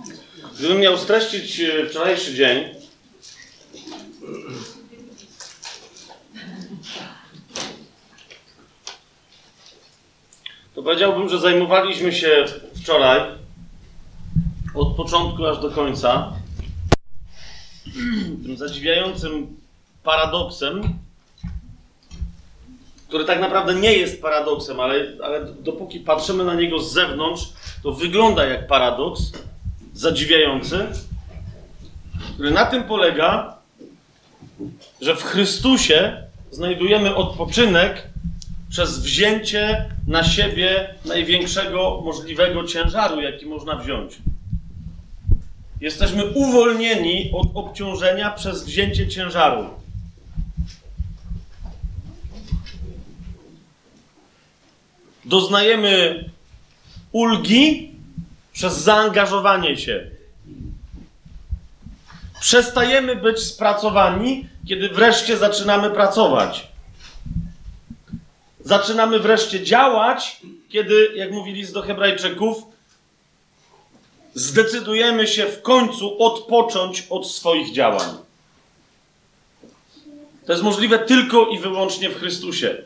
Gdybym miał streścić wczorajszy dzień, to powiedziałbym, że zajmowaliśmy się wczoraj od początku aż do końca tym zadziwiającym paradoksem, który tak naprawdę nie jest paradoksem, ale dopóki patrzymy na niego z zewnątrz, to wygląda jak paradoks zadziwiający, który na tym polega, że w Chrystusie znajdujemy odpoczynek przez wzięcie na siebie największego możliwego ciężaru, jaki można wziąć. Jesteśmy uwolnieni od obciążenia przez wzięcie ciężaru. Doznajemy ulgi przez zaangażowanie się. Przestajemy być spracowani, kiedy wreszcie zaczynamy pracować. Zaczynamy wreszcie działać, kiedy, jak mówi list do Hebrajczyków, zdecydujemy się w końcu odpocząć od swoich działań. To jest możliwe tylko i wyłącznie w Chrystusie.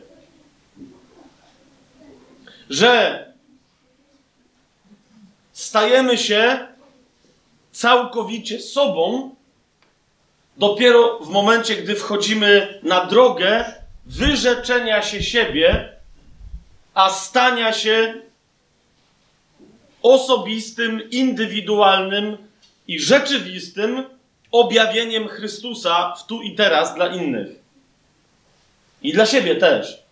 Że stajemy się całkowicie sobą dopiero w momencie, gdy wchodzimy na drogę wyrzeczenia się siebie, a stania się osobistym, indywidualnym i rzeczywistym objawieniem Chrystusa w tu i teraz dla innych. I dla siebie też.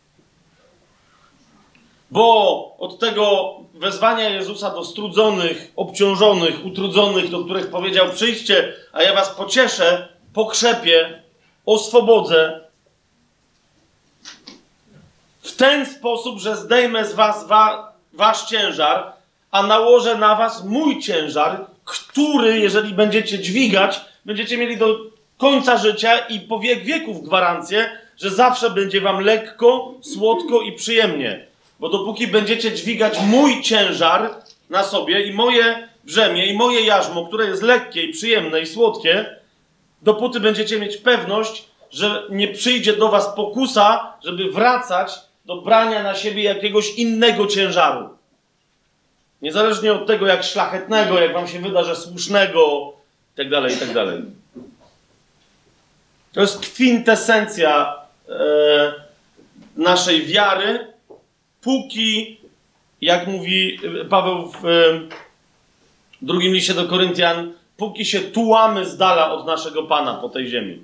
Bo od tego wezwania Jezusa do strudzonych, obciążonych, utrudzonych, do których powiedział: przyjdźcie, a ja was pocieszę, pokrzepię, oswobodzę, w ten sposób, że zdejmę z was wasz ciężar, a nałożę na was mój ciężar, który, jeżeli będziecie dźwigać, będziecie mieli do końca życia i po wiek wieków gwarancję, że zawsze będzie wam lekko, słodko i przyjemnie. Bo dopóki będziecie dźwigać mój ciężar na sobie i moje brzemię i moje jarzmo, które jest lekkie i przyjemne i słodkie, dopóty będziecie mieć pewność, że nie przyjdzie do was pokusa, żeby wracać do brania na siebie jakiegoś innego ciężaru. Niezależnie od tego, jak szlachetnego, jak wam się wyda, że słusznego, itd., itd. To jest kwintesencja naszej wiary, póki, jak mówi Paweł w drugim liście do Koryntian, póki się tułamy z dala od naszego Pana po tej ziemi.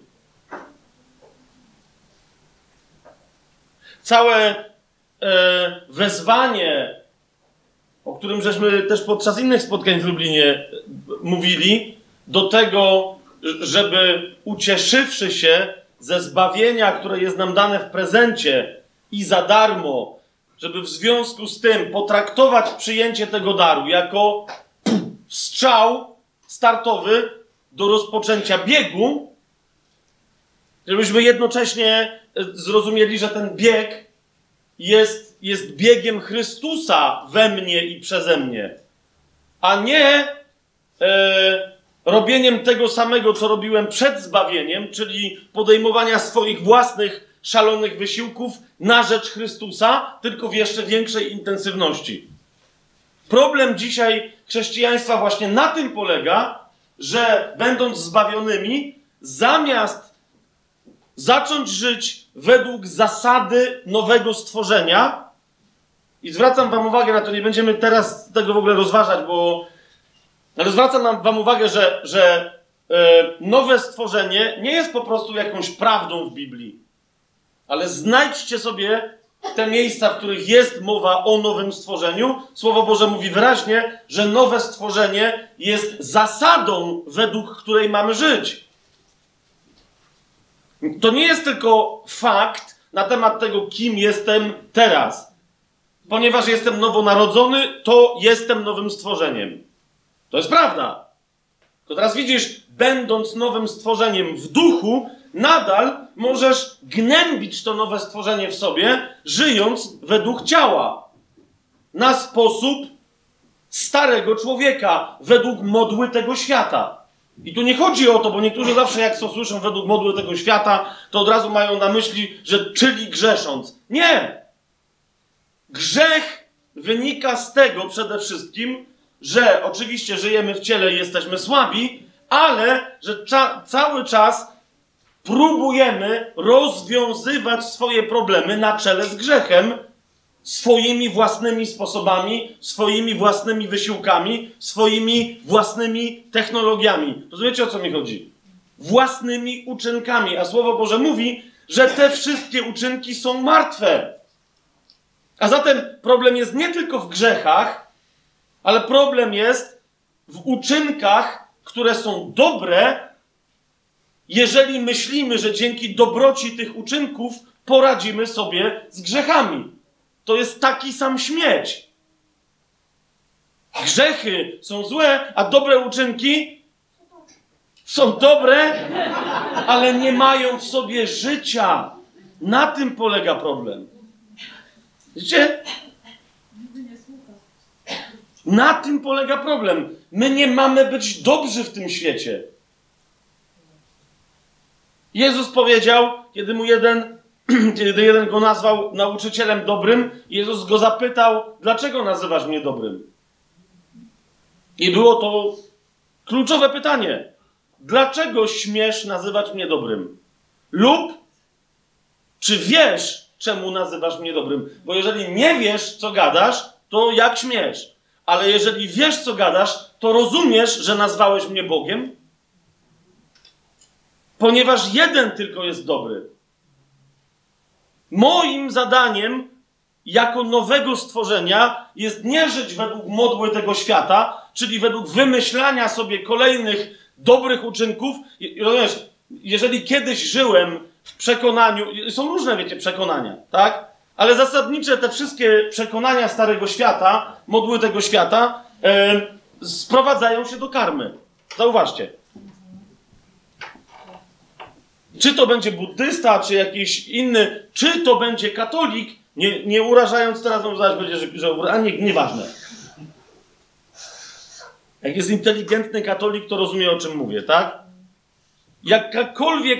Całe wezwanie, o którym żeśmy też podczas innych spotkań w Lublinie mówili, do tego, żeby ucieszywszy się ze zbawienia, które jest nam dane w prezencie i za darmo, żeby w związku z tym potraktować przyjęcie tego daru jako strzał startowy do rozpoczęcia biegu, żebyśmy jednocześnie zrozumieli, że ten bieg jest biegiem Chrystusa we mnie i przeze mnie, a nie robieniem tego samego, co robiłem przed zbawieniem, czyli podejmowania swoich własnych szalonych wysiłków na rzecz Chrystusa, tylko w jeszcze większej intensywności. Problem dzisiaj chrześcijaństwa właśnie na tym polega, że będąc zbawionymi, zamiast zacząć żyć według zasady nowego stworzenia, i zwracam wam uwagę na to, nie będziemy teraz tego w ogóle rozważać, ale zwracam wam uwagę, że nowe stworzenie nie jest po prostu jakąś prawdą w Biblii, ale znajdźcie sobie te miejsca, w których jest mowa o nowym stworzeniu. Słowo Boże mówi wyraźnie, że nowe stworzenie jest zasadą, według której mamy żyć. To nie jest tylko fakt na temat tego, kim jestem teraz. Ponieważ jestem nowonarodzony, to jestem nowym stworzeniem. To jest prawda. To teraz widzisz, będąc nowym stworzeniem w duchu, nadal możesz gnębić to nowe stworzenie w sobie, żyjąc według ciała. Na sposób starego człowieka według modły tego świata. I tu nie chodzi o to, bo niektórzy zawsze jak słyszą według modły tego świata, to od razu mają na myśli, że czyli grzesząc. Nie! Grzech wynika z tego przede wszystkim, że oczywiście żyjemy w ciele i jesteśmy słabi, ale że cały czas próbujemy rozwiązywać swoje problemy na czele z grzechem swoimi własnymi sposobami, swoimi własnymi wysiłkami, swoimi własnymi technologiami. Rozumiecie, o co mi chodzi? Własnymi uczynkami. A Słowo Boże mówi, że te wszystkie uczynki są martwe. A zatem problem jest nie tylko w grzechach, ale problem jest w uczynkach, które są dobre, jeżeli myślimy, że dzięki dobroci tych uczynków poradzimy sobie z grzechami. To jest taki sam śmieć. Grzechy są złe, a dobre uczynki są dobre, ale nie mają w sobie życia. Na tym polega problem. Widzicie? Na tym polega problem. My nie mamy być dobrzy w tym świecie. Jezus powiedział, kiedy jeden go nazwał nauczycielem dobrym, Jezus go zapytał, dlaczego nazywasz mnie dobrym? I było to kluczowe pytanie. Dlaczego śmiesz nazywać mnie dobrym? Lub czy wiesz, czemu nazywasz mnie dobrym? Bo jeżeli nie wiesz, co gadasz, to jak śmiesz? Ale jeżeli wiesz, co gadasz, to rozumiesz, że nazwałeś mnie Bogiem? Ponieważ jeden tylko jest dobry. Moim zadaniem jako nowego stworzenia jest nie żyć według modły tego świata, czyli według wymyślania sobie kolejnych dobrych uczynków. Rozumiesz, jeżeli kiedyś żyłem w przekonaniu, są różne, wiecie, przekonania, tak? Ale zasadnicze te wszystkie przekonania Starego Świata, modły tego świata, sprowadzają się do karmy. Zauważcie. Czy to będzie buddysta, czy jakiś inny, czy to będzie katolik, nie urażając teraz, no zaraz będzie, że nieważne. Jak jest inteligentny katolik, to rozumie, o czym mówię, tak? Jakakolwiek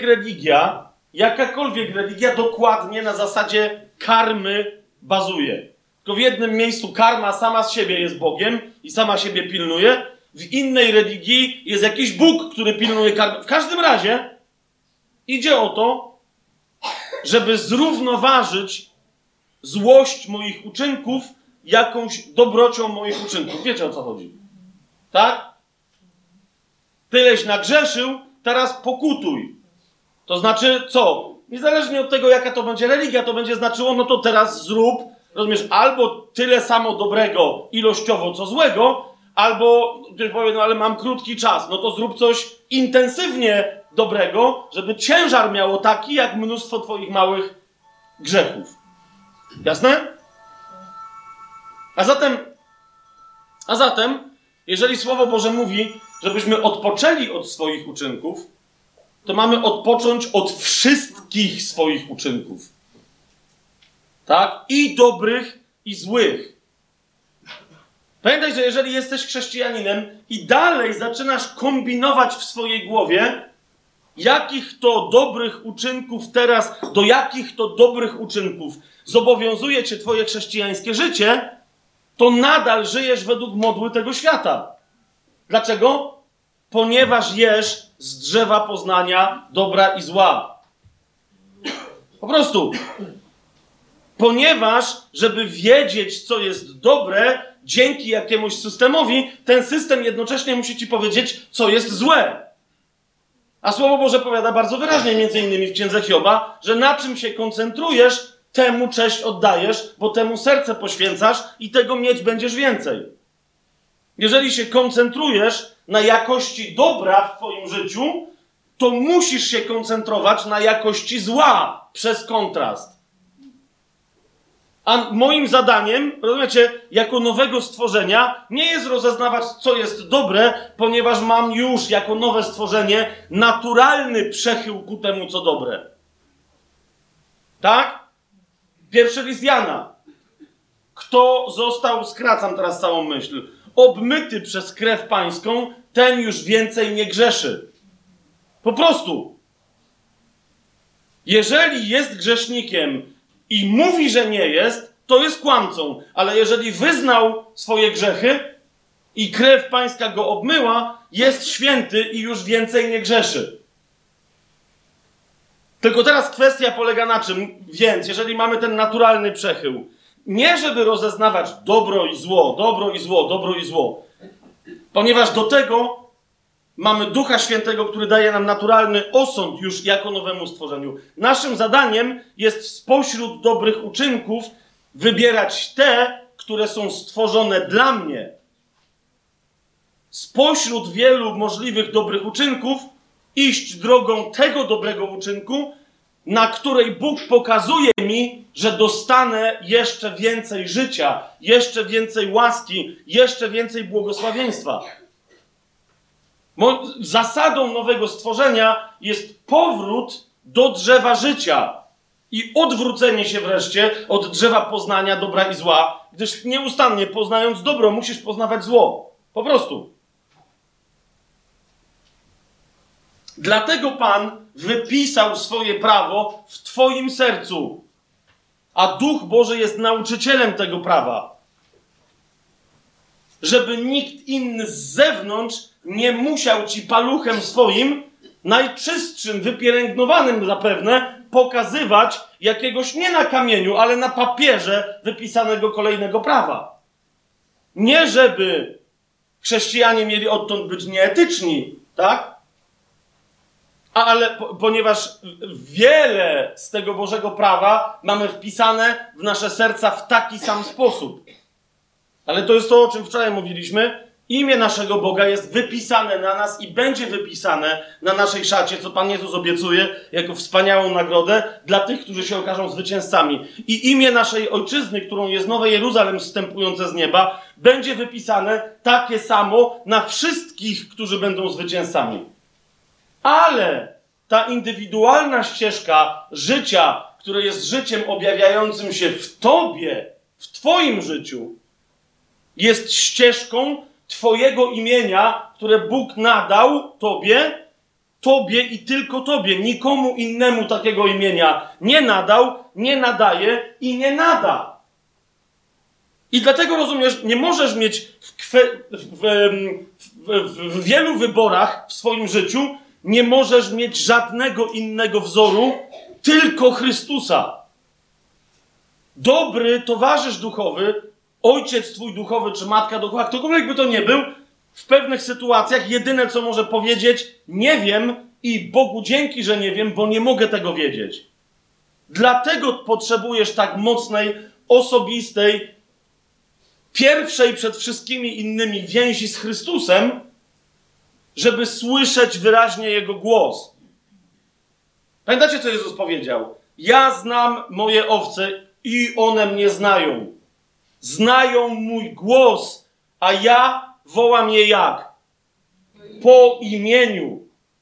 religia dokładnie na zasadzie karmy bazuje. Tylko w jednym miejscu karma sama z siebie jest Bogiem i sama siebie pilnuje, w innej religii jest jakiś Bóg, który pilnuje karmy. W każdym razie idzie o to, żeby zrównoważyć złość moich uczynków jakąś dobrocią moich uczynków. Wiecie, o co chodzi? Tak? Tyleś nagrzeszył, teraz pokutuj. To znaczy co? Niezależnie od tego, jaka to będzie religia, to będzie znaczyło, no to teraz zrób, rozumiesz, albo tyle samo dobrego ilościowo, co złego, albo ktoś powie, no ale mam krótki czas, no to zrób coś intensywnie dobrego, żeby ciężar miało taki, jak mnóstwo twoich małych grzechów. Jasne? A zatem, jeżeli Słowo Boże mówi, żebyśmy odpoczęli od swoich uczynków, to mamy odpocząć od wszystkich swoich uczynków. Tak? I dobrych, i złych. Pamiętaj, że jeżeli jesteś chrześcijaninem i dalej zaczynasz kombinować w swojej głowie, jakich to dobrych uczynków teraz, do jakich to dobrych uczynków zobowiązuje cię twoje chrześcijańskie życie, to nadal żyjesz według modły tego świata. Dlaczego? Ponieważ jesz z drzewa poznania dobra i zła. Po prostu. Ponieważ, żeby wiedzieć, co jest dobre, dzięki jakiemuś systemowi, ten system jednocześnie musi ci powiedzieć, co jest złe. A Słowo Boże powiada bardzo wyraźnie, między innymi w Księdze Hioba, że na czym się koncentrujesz, temu cześć oddajesz, bo temu serce poświęcasz i tego mieć będziesz więcej. Jeżeli się koncentrujesz na jakości dobra w twoim życiu, to musisz się koncentrować na jakości zła przez kontrast. A moim zadaniem, rozumiecie, jako nowego stworzenia, nie jest rozeznawać, co jest dobre, ponieważ mam już jako nowe stworzenie naturalny przechył ku temu, co dobre. Tak? Pierwszy list Jana. Kto został, skracam teraz całą myśl, obmyty przez krew pańską, ten już więcej nie grzeszy. Po prostu. Jeżeli jest grzesznikiem i mówi, że nie jest, to jest kłamcą. Ale jeżeli wyznał swoje grzechy i krew pańska go obmyła, jest święty i już więcej nie grzeszy. Tylko teraz kwestia polega na czym? Więc, jeżeli mamy ten naturalny przechył, nie żeby rozeznawać dobro i zło, dobro i zło, dobro i zło, ponieważ do tego mamy Ducha Świętego, który daje nam naturalny osąd już jako nowemu stworzeniu. Naszym zadaniem jest spośród dobrych uczynków wybierać te, które są stworzone dla mnie. Spośród wielu możliwych dobrych uczynków iść drogą tego dobrego uczynku, na której Bóg pokazuje mi, że dostanę jeszcze więcej życia, jeszcze więcej łaski, jeszcze więcej błogosławieństwa. Zasadą nowego stworzenia jest powrót do drzewa życia i odwrócenie się wreszcie od drzewa poznania dobra i zła, gdyż nieustannie poznając dobro, musisz poznawać zło. Po prostu. Dlatego Pan wypisał swoje prawo w twoim sercu, a Duch Boży jest nauczycielem tego prawa. Żeby nikt inny z zewnątrz nie musiał ci paluchem swoim, najczystszym, wypielęgnowanym zapewne, pokazywać jakiegoś nie na kamieniu, ale na papierze wypisanego kolejnego prawa. Nie żeby chrześcijanie mieli odtąd być nieetyczni, tak? Ale ponieważ wiele z tego Bożego prawa mamy wpisane w nasze serca w taki sam sposób. Ale to jest to, o czym wczoraj mówiliśmy. Imię naszego Boga jest wypisane na nas i będzie wypisane na naszej szacie, co Pan Jezus obiecuje jako wspaniałą nagrodę dla tych, którzy się okażą zwycięzcami. I imię naszej ojczyzny, którą jest Nowe Jeruzalem zstępujące z nieba, będzie wypisane takie samo na wszystkich, którzy będą zwycięzcami. Ale ta indywidualna ścieżka życia, które jest życiem objawiającym się w tobie, w twoim życiu, jest ścieżką twojego imienia, które Bóg nadał tobie i tylko tobie. Nikomu innemu takiego imienia nie nadał, nie nadaje i nie nada. I dlatego, rozumiesz, nie możesz mieć w wielu wyborach w swoim życiu, nie możesz mieć żadnego innego wzoru, tylko Chrystusa. Dobry towarzysz duchowy, ojciec twój duchowy, czy matka duchowa, ktokolwiek by to nie był, w pewnych sytuacjach jedyne, co może powiedzieć, nie wiem i Bogu dzięki, że nie wiem, bo nie mogę tego wiedzieć. Dlatego potrzebujesz tak mocnej, osobistej, pierwszej przed wszystkimi innymi więzi z Chrystusem, żeby słyszeć wyraźnie Jego głos. Pamiętacie, co Jezus powiedział? Ja znam moje owce i one mnie znają. Znają mój głos, a ja wołam je jak? Po imieniu.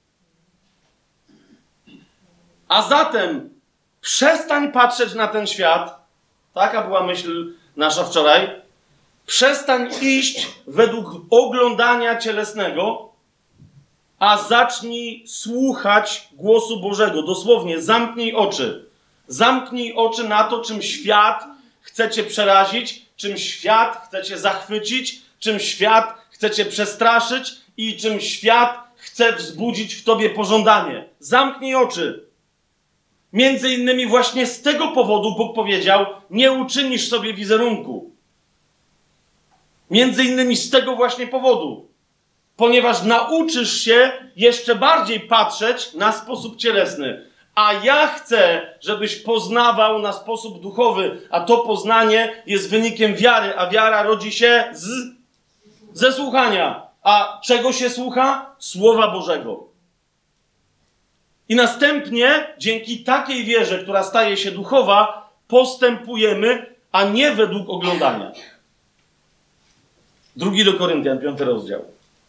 A zatem przestań patrzeć na ten świat. Taka była myśl nasza wczoraj. Przestań iść według oglądania cielesnego, a zacznij słuchać głosu Bożego. Dosłownie, zamknij oczy. Zamknij oczy na to, czym świat chce cię przerazić, czym świat chce cię zachwycić, czym świat chce cię przestraszyć i czym świat chce wzbudzić w tobie pożądanie. Zamknij oczy. Między innymi właśnie z tego powodu Bóg powiedział, nie uczynisz sobie wizerunku. Między innymi z tego właśnie powodu. Ponieważ nauczysz się jeszcze bardziej patrzeć na sposób cielesny. A ja chcę, żebyś poznawał na sposób duchowy, a to poznanie jest wynikiem wiary, a wiara rodzi się ze słuchania. A czego się słucha? Słowa Bożego. I następnie, dzięki takiej wierze, która staje się duchowa, postępujemy, a nie według oglądania. 2 do Koryntian, 5 rozdział.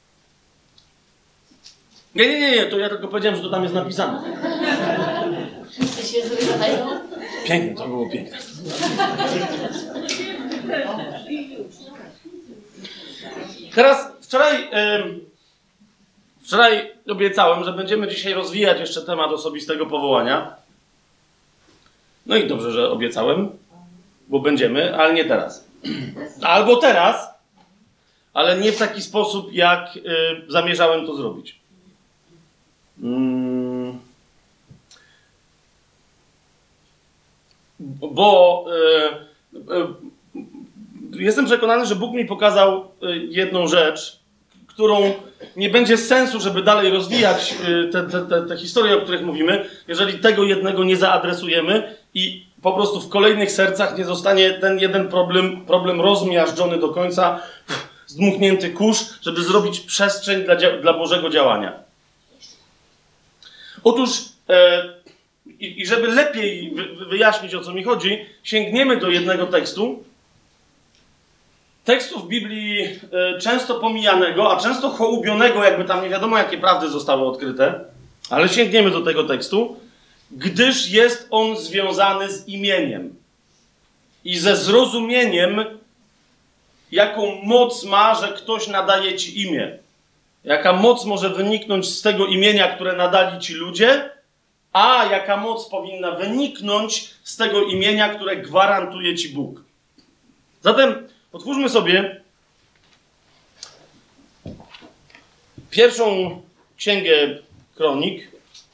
Nie, to ja tylko powiedziałem, że to tam jest napisane. Piękne, to było piękne. Teraz wczoraj obiecałem, że będziemy dzisiaj rozwijać jeszcze temat osobistego powołania. No i dobrze, że obiecałem, bo będziemy, ale nie teraz. Albo teraz, ale nie w taki sposób, jak zamierzałem to zrobić. Bo jestem przekonany, że Bóg mi pokazał jedną rzecz, którą nie będzie sensu, żeby dalej rozwijać te historie, o których mówimy, jeżeli tego jednego nie zaadresujemy i po prostu w kolejnych sercach nie zostanie ten jeden problem rozmiażdżony do końca, zdmuchnięty kurz, żeby zrobić przestrzeń dla Bożego działania. Otóż, i żeby lepiej wyjaśnić, o co mi chodzi, sięgniemy do jednego tekstu w Biblii często pomijanego, a często hołubionego, jakby tam nie wiadomo, jakie prawdy zostały odkryte, ale sięgniemy do tego tekstu, gdyż jest on związany z imieniem i ze zrozumieniem, jaką moc ma, że ktoś nadaje ci imię. Jaka moc może wyniknąć z tego imienia, które nadali ci ludzie, a jaka moc powinna wyniknąć z tego imienia, które gwarantuje ci Bóg. Zatem otwórzmy sobie pierwszą księgę Kronik.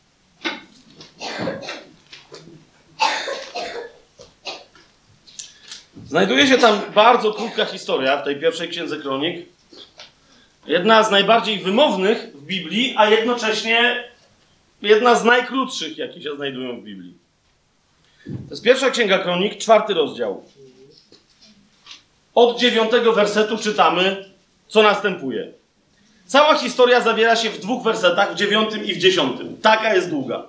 Znajduje się tam bardzo krótka historia w tej pierwszej księdze Kronik. Jedna z najbardziej wymownych w Biblii, a jednocześnie jedna z najkrótszych, jakie się znajdują w Biblii. To jest pierwsza księga Kronik, 4 rozdział. Od 9 wersetu czytamy, co następuje. Cała historia zawiera się w 2 wersetach, w 9 i w 10. Taka jest długa.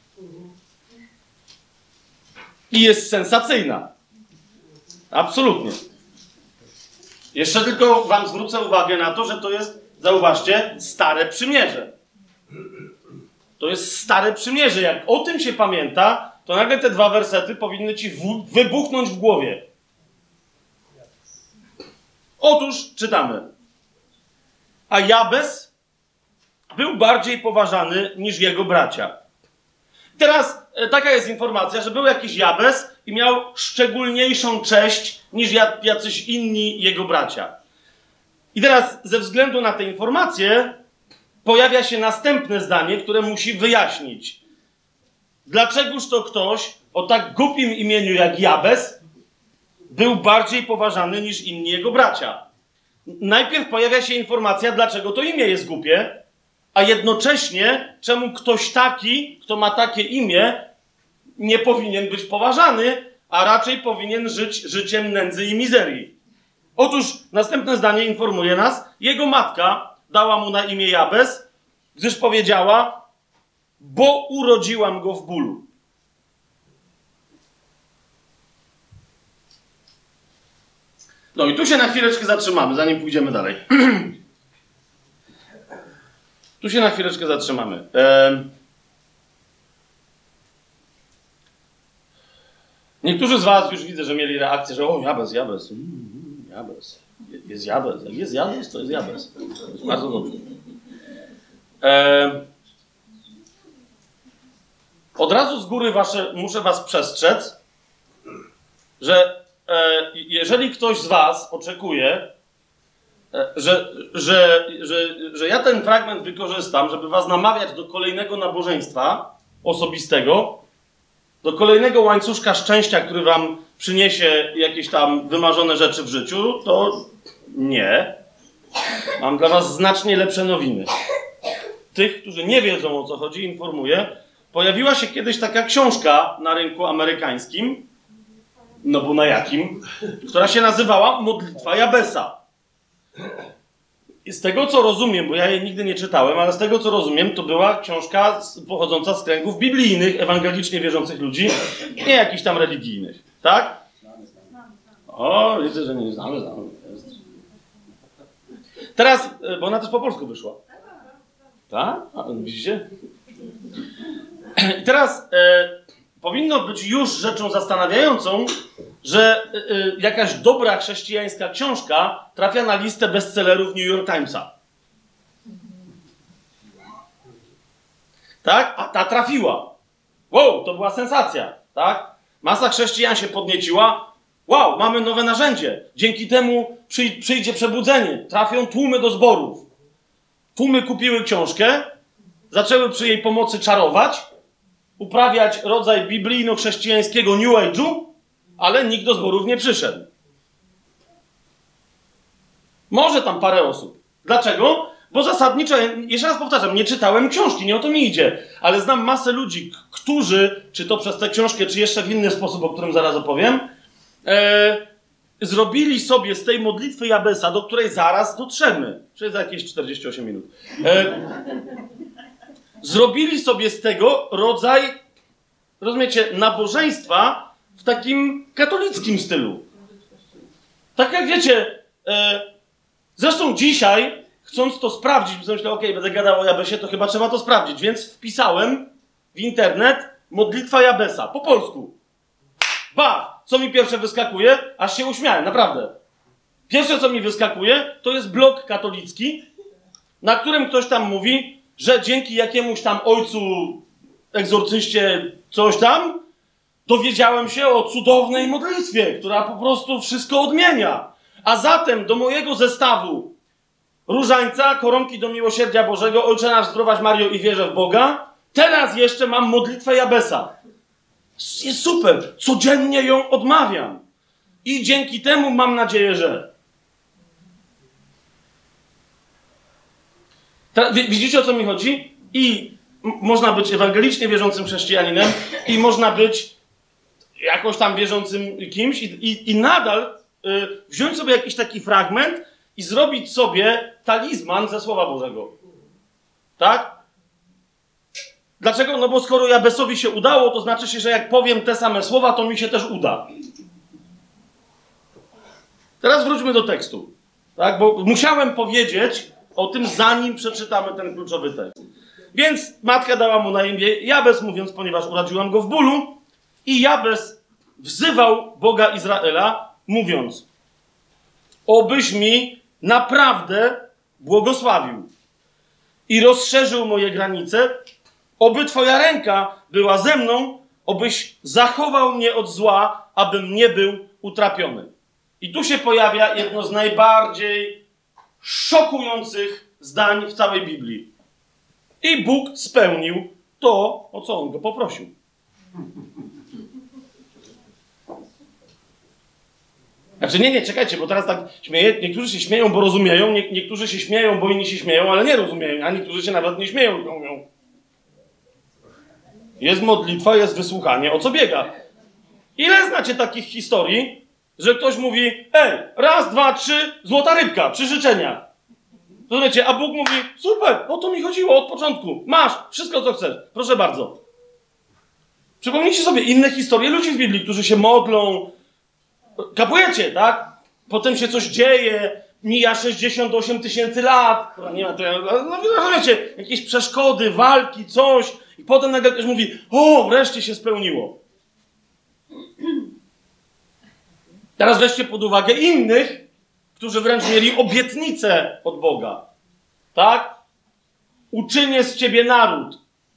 I jest sensacyjna. Absolutnie. Jeszcze tylko wam zwrócę uwagę na to, że to jest, zauważcie, Stare Przymierze. To jest Stare Przymierze. Jak o tym się pamięta, to nagle te 2 wersety powinny ci wybuchnąć w głowie. Otóż czytamy. A Jabez był bardziej poważany niż jego bracia. Teraz taka jest informacja, że był jakiś Jabez i miał szczególniejszą cześć niż jacyś inni jego bracia. I teraz ze względu na tę informację pojawia się następne zdanie, które musi wyjaśnić. Dlaczegoż to ktoś o tak głupim imieniu jak Jabez był bardziej poważany niż inni jego bracia? Najpierw pojawia się informacja, dlaczego to imię jest głupie, a jednocześnie czemu ktoś taki, kto ma takie imię, nie powinien być poważany, a raczej powinien żyć życiem nędzy i mizerii. Otóż następne zdanie informuje nas, jego matka dała mu na imię Jabez, gdyż powiedziała, bo urodziłam go w bólu. No i tu się na chwileczkę zatrzymamy, zanim pójdziemy dalej. Tu się na chwileczkę zatrzymamy. Niektórzy z was już widzę, że mieli reakcję, że o, Jabez. Jabez. Jest Jabez. Jak jest Jabez, to jest Jabez. To jest bardzo dobrze. Od razu z góry muszę was przestrzec, że jeżeli ktoś z was oczekuje, że ja ten fragment wykorzystam, żeby was namawiać do kolejnego nabożeństwa osobistego, do kolejnego łańcuszka szczęścia, który wam przyniesie jakieś tam wymarzone rzeczy w życiu, to nie. Mam dla was znacznie lepsze nowiny. Tych, którzy nie wiedzą, o co chodzi, informuję. Pojawiła się kiedyś taka książka na rynku amerykańskim, no bo na jakim, która się nazywała Modlitwa Jabeza. I z tego, co rozumiem, bo ja jej nigdy nie czytałem, ale z tego, co rozumiem, to była książka pochodząca z kręgów biblijnych, ewangelicznie wierzących ludzi, nie jakichś tam religijnych. Tak? O, widzę, że nie znamy. Teraz, bo ona też po polsku wyszła. Tak? Widzicie? I teraz powinno być już rzeczą zastanawiającą, że jakaś dobra chrześcijańska książka trafia na listę bestsellerów New York Timesa. Tak? A ta trafiła. Wow, to była sensacja. Tak? Masa chrześcijan się podnieciła. Wow, mamy nowe narzędzie. Dzięki temu przyjdzie przebudzenie. Trafią tłumy do zborów. Tłumy kupiły książkę, zaczęły przy jej pomocy czarować, uprawiać rodzaj biblijno-chrześcijańskiego New Age'u, ale nikt do zborów nie przyszedł. Może tam parę osób. Dlaczego? Bo zasadniczo, jeszcze raz powtarzam, nie czytałem książki, nie o to mi idzie, ale znam masę ludzi, którzy, czy to przez tę książkę, czy jeszcze w inny sposób, o którym zaraz opowiem, zrobili sobie z tej modlitwy Jabesa, do której zaraz dotrzemy, czyli za jakieś 48 minut, zrobili sobie z tego rodzaj, rozumiecie, nabożeństwa w takim katolickim stylu. Tak jak wiecie, zresztą dzisiaj, chcąc to sprawdzić, myślę, okej, będę gadał o Jabesie, to chyba trzeba to sprawdzić, więc wpisałem w internet modlitwa Jabesa, po polsku. Ba! Co mi pierwsze wyskakuje? Aż się uśmiałem, naprawdę. Pierwsze, co mi wyskakuje, to jest blog katolicki, na którym ktoś tam mówi, że dzięki jakiemuś tam ojcu, egzorcyście, coś tam, dowiedziałem się o cudownej modlitwie, która po prostu wszystko odmienia. A zatem do mojego zestawu różańca, koronki do miłosierdzia Bożego, Ojcze nasz, zdrowaś Mario i wierzę w Boga, teraz jeszcze mam modlitwę Jabesa. Jest super. Codziennie ją odmawiam. I dzięki temu mam nadzieję, że... Widzicie, o co mi chodzi? I można być ewangelicznie wierzącym chrześcijaninem i można być jakoś tam wierzącym kimś i nadal wziąć sobie jakiś taki fragment i zrobić sobie talizman ze Słowa Bożego. Tak? Dlaczego? No bo skoro Jabesowi się udało, to znaczy się, że jak powiem te same słowa, to mi się też uda. Teraz wróćmy do tekstu. Tak? Bo musiałem powiedzieć o tym, zanim przeczytamy ten kluczowy tekst. Więc matka dała mu na imię Jabes, mówiąc, ponieważ urodziłam go w bólu. I Jabes wzywał Boga Izraela, mówiąc: obyś mi naprawdę błogosławił i rozszerzył moje granice, oby Twoja ręka była ze mną, obyś zachował mnie od zła, abym nie był utrapiony. I tu się pojawia jedno z najbardziej szokujących zdań w całej Biblii. I Bóg spełnił to, o co on go poprosił. Znaczy nie, czekajcie, bo teraz tak śmieję. Niektórzy się śmieją, bo rozumieją, niektórzy się śmieją, bo inni się śmieją, ale nie rozumieją, a niektórzy się nawet nie śmieją, tylko mówią: jest modlitwa, jest wysłuchanie, o co biega? Ile znacie takich historii, że ktoś mówi: raz, dwa, trzy, złota rybka, 3 życzenia. Rozumiecie? A Bóg mówi: super, o to mi chodziło od początku. Masz wszystko, co chcesz. Proszę bardzo. Przypomnijcie sobie inne historie ludzi z Biblii, którzy się modlą. Kapujecie, tak? Potem się coś dzieje, mija 68 000 lat. Nie ma to, no rozumiecie, jakieś przeszkody, walki, coś. I potem nagle ktoś mówi: o, wreszcie się spełniło. Teraz weźcie pod uwagę innych, którzy wręcz mieli obietnicę od Boga. Tak? Uczynię z ciebie naród.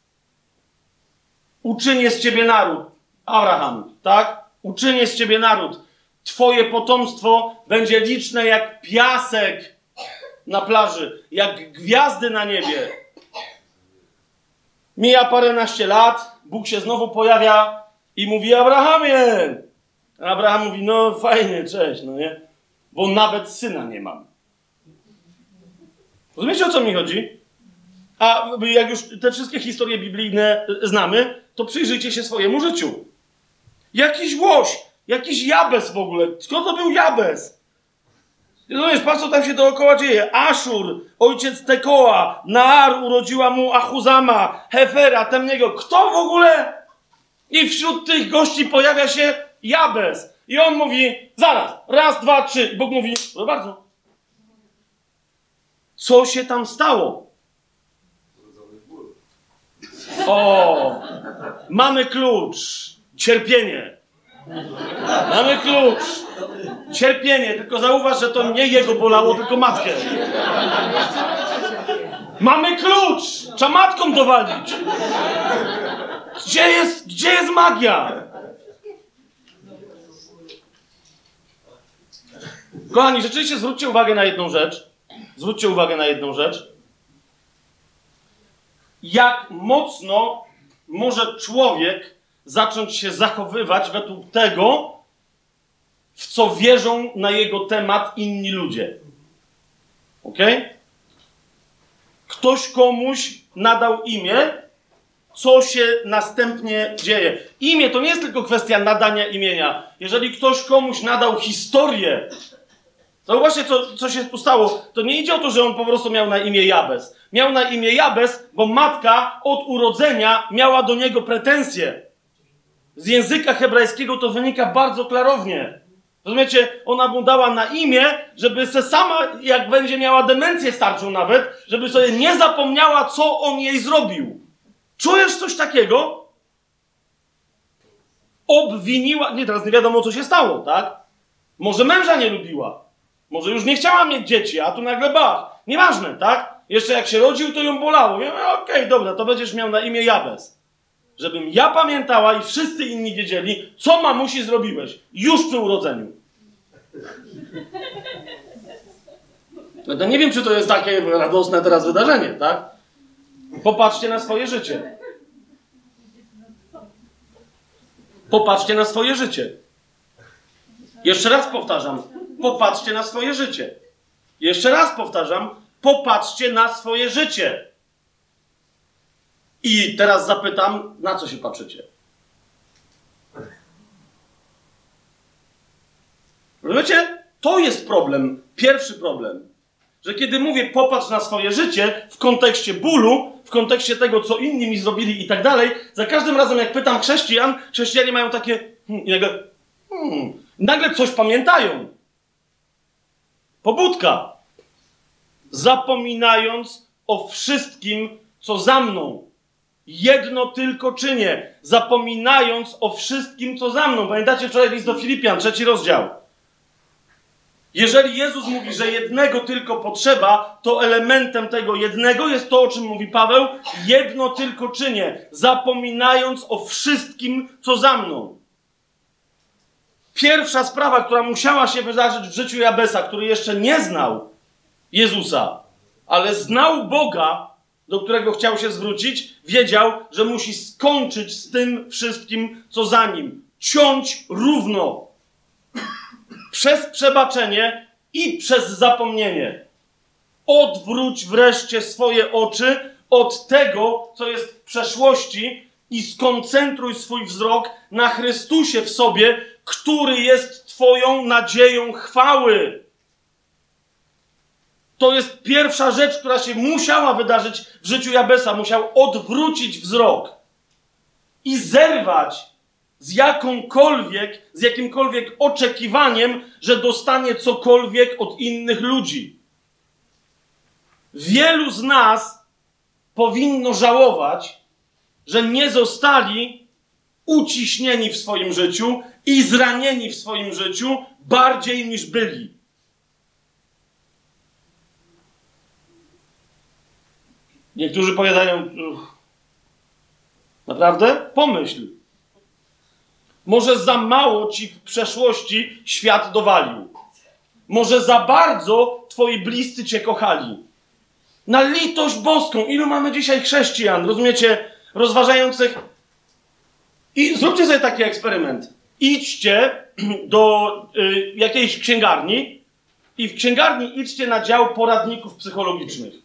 Uczynię z ciebie naród. Abraham, tak? Uczynię z ciebie naród. Twoje potomstwo będzie liczne jak piasek na plaży, jak gwiazdy na niebie. Mija paręnaście lat, Bóg się znowu pojawia i mówi: Abrahamie! A Abraham mówi: no fajnie, cześć, no nie? Bo nawet syna nie mam. Rozumiecie, o co mi chodzi? A jak już te wszystkie historie biblijne znamy, to przyjrzyjcie się swojemu życiu. Jakiś łoś, jakiś Jabes w ogóle. Skąd to był Jabes? Rozumiesz, patrz, co tam się dookoła dzieje. Aszur, ojciec Tekoa, Naar urodziła mu Achuzama, Hefera, Temniego. Kto w ogóle? I wśród tych gości pojawia się Jabes. I on mówi: zaraz, raz, dwa, trzy. I Bóg mówi: proszę bardzo. Co się tam stało? O, mamy klucz. Cierpienie. Mamy klucz. Cierpienie, tylko zauważ, że to nie jego bolało, tylko matkę. Mamy klucz! Trzeba matką dowalić. Gdzie jest magia? Kochani, rzeczywiście zwróćcie uwagę na jedną rzecz. Zwróćcie uwagę na jedną rzecz. Jak mocno może człowiek zacząć się zachowywać według tego, w co wierzą na jego temat inni ludzie. Okej? Ktoś komuś nadał imię, co się następnie dzieje. Imię to nie jest tylko kwestia nadania imienia. Jeżeli ktoś komuś nadał historię, zauważcie, co się tu stało. To nie idzie o to, że on po prostu miał na imię Jabez. Miał na imię Jabez, bo matka od urodzenia miała do niego pretensje. Z języka hebrajskiego to wynika bardzo klarownie. Rozumiecie? Ona mu dała na imię, żeby se sama, jak będzie miała demencję starczą nawet, żeby sobie nie zapomniała, co on jej zrobił. Czujesz coś takiego? Obwiniła... Nie, teraz nie wiadomo, co się stało, tak? Może męża nie lubiła. Może już nie chciała mieć dzieci, a tu nagle bach. Nieważne, tak? Jeszcze jak się rodził, to ją bolało. Okej, dobra, to będziesz miał na imię Jabez. Żebym ja pamiętała i wszyscy inni wiedzieli, co mamusi zrobiłeś. Już przy urodzeniu. No nie wiem, czy to jest takie radosne teraz wydarzenie, tak? Popatrzcie na swoje życie. Popatrzcie na swoje życie. Jeszcze raz powtarzam. Popatrzcie na swoje życie. Jeszcze raz powtarzam. Popatrzcie na swoje życie. I teraz zapytam, na co się patrzycie? Rozumiecie? To jest problem. Pierwszy problem. Że kiedy mówię popatrz na swoje życie w kontekście bólu, w kontekście tego, co inni mi zrobili i tak dalej, za każdym razem jak pytam chrześcijan, chrześcijanie mają takie i nagle coś pamiętają. Pobudka. Zapominając o wszystkim, co za mną. Jedno tylko czynię. Zapominając o wszystkim, co za mną. Pamiętacie wczoraj list do Filipian, 3 rozdział. Jeżeli Jezus mówi, że jednego tylko potrzeba, to elementem tego jednego jest to, o czym mówi Paweł. Jedno tylko czynię. Zapominając o wszystkim, co za mną. Pierwsza sprawa, która musiała się wydarzyć w życiu Jabesa, który jeszcze nie znał Jezusa, ale znał Boga, do którego chciał się zwrócić, wiedział, że musi skończyć z tym wszystkim, co za nim. Ciąć równo. Przez przebaczenie i przez zapomnienie. Odwróć wreszcie swoje oczy od tego, co jest w przeszłości i skoncentruj swój wzrok na Chrystusie w sobie, który jest twoją nadzieją chwały. To jest pierwsza rzecz, która się musiała wydarzyć w życiu Jabesa. Musiał odwrócić wzrok i zerwać z jakimkolwiek oczekiwaniem, że dostanie cokolwiek od innych ludzi. Wielu z nas powinno żałować, że nie zostali uciśnieni w swoim życiu i zranieni w swoim życiu bardziej niż byli. Niektórzy powiadają, naprawdę? Pomyśl. Może za mało ci w przeszłości świat dowalił. Może za bardzo twoi bliscy cię kochali. Na litość boską. Ilu mamy dzisiaj chrześcijan, rozumiecie, rozważających. I zróbcie sobie taki eksperyment. Idźcie do jakiejś księgarni i w księgarni idźcie na dział poradników psychologicznych.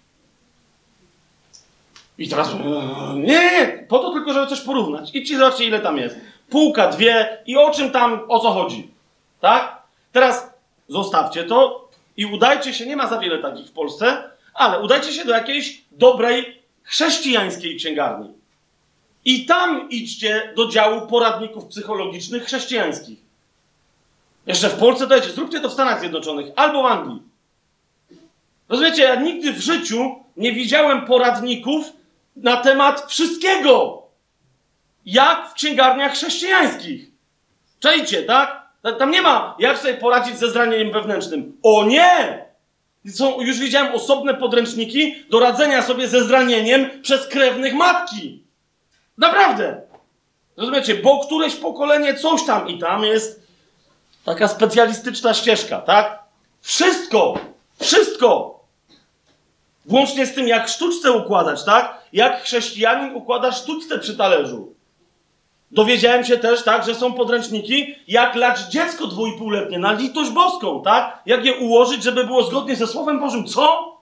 I teraz... Nie, po to tylko, żeby coś porównać. Idźcie, zobaczcie, ile tam jest. Półka, 2 i o co chodzi. Tak? Teraz zostawcie to i udajcie się, nie ma za wiele takich w Polsce, ale udajcie się do jakiejś dobrej chrześcijańskiej księgarni. I tam idźcie do działu poradników psychologicznych chrześcijańskich. Jeszcze w Polsce dajcie, zróbcie to w Stanach Zjednoczonych albo w Anglii. Rozumiecie, ja nigdy w życiu nie widziałem poradników na temat wszystkiego. Jak w księgarniach chrześcijańskich. Czajcie, tak? Tam nie ma, jak sobie poradzić ze zranieniem wewnętrznym. O nie! Już widziałem osobne podręczniki do radzenia sobie ze zranieniem przez krewnych matki. Naprawdę. Rozumiecie? Bo któreś pokolenie coś tam i tam jest taka specjalistyczna ścieżka, tak? Wszystko! Włącznie z tym, jak sztuczce układać, tak? Jak chrześcijanin układa sztuczce przy talerzu. Dowiedziałem się też, tak, że są podręczniki, jak lać dziecko 2,5-letnie na litość boską, tak? Jak je ułożyć, żeby było zgodnie ze Słowem Bożym. Co?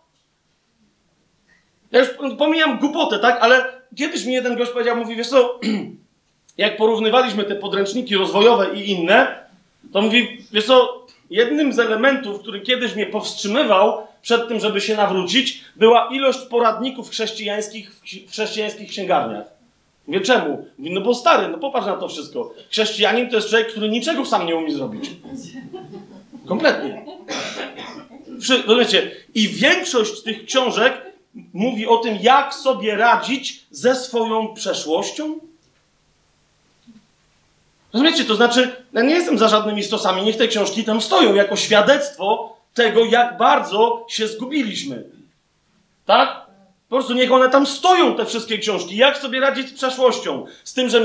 Ja już pomijam głupotę, tak? Ale kiedyś mi jeden gość powiedział, mówi, wiesz co, jak porównywaliśmy te podręczniki rozwojowe i inne, to mówi, wiesz co, jednym z elementów, który kiedyś mnie powstrzymywał przed tym, żeby się nawrócić, była ilość poradników chrześcijańskich w chrześcijańskich księgarniach. Mówię, czemu? Mówi, no bo stary, no popatrz na to wszystko. Chrześcijanin to jest człowiek, który niczego sam nie umie zrobić. Kompletnie. Rozumiecie? I większość tych książek mówi o tym, jak sobie radzić ze swoją przeszłością. Rozumiecie? To znaczy, ja nie jestem za żadnymi stosami, niech te książki tam stoją jako świadectwo tego, jak bardzo się zgubiliśmy. Tak? Po prostu niech one tam stoją, te wszystkie książki. Jak sobie radzić z przeszłością? Z tym,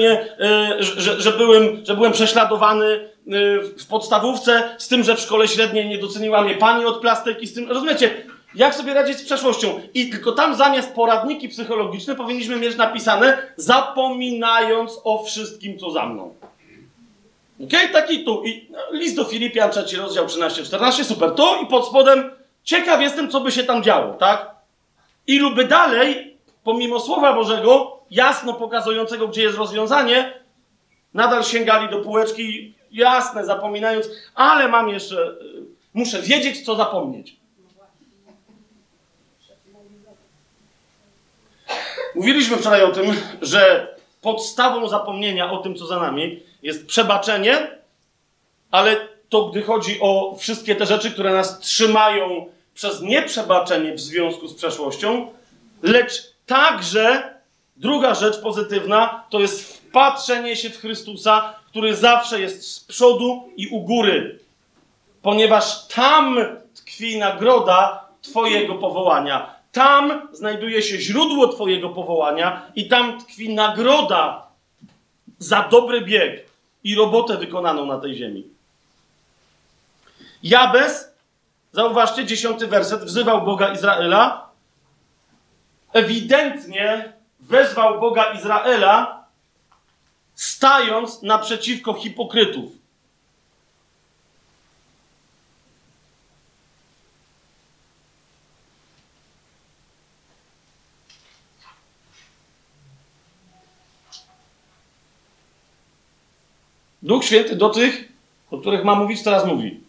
że byłem prześladowany w podstawówce, z tym, że w szkole średniej nie doceniła mnie pani od plastyki, z tym, rozumiecie? Jak sobie radzić z przeszłością? I tylko tam zamiast poradniki psychologiczne powinniśmy mieć napisane, zapominając o wszystkim, co za mną. Okej? Taki tu. I list do Filipian, 3 rozdział 13-14, super. To i pod spodem ciekaw jestem, co by się tam działo, tak? Ilu by dalej, pomimo Słowa Bożego, jasno pokazującego, gdzie jest rozwiązanie, nadal sięgali do półeczki, jasne, zapominając, ale mam jeszcze, muszę wiedzieć, co zapomnieć. Mówiliśmy wczoraj o tym, że podstawą zapomnienia o tym, co za nami, jest przebaczenie, ale to gdy chodzi o wszystkie te rzeczy, które nas trzymają przez nieprzebaczenie w związku z przeszłością, lecz także druga rzecz pozytywna to jest wpatrzenie się w Chrystusa, który zawsze jest z przodu i u góry, ponieważ tam tkwi nagroda Twojego powołania. Tam znajduje się źródło Twojego powołania i tam tkwi nagroda za dobry bieg i robotę wykonaną na tej ziemi. Jabez, zauważcie, 10 werset, wzywał Boga Izraela, ewidentnie wezwał Boga Izraela, stając naprzeciwko hipokrytów. Duch Święty do tych, o których ma mówić, teraz mówi.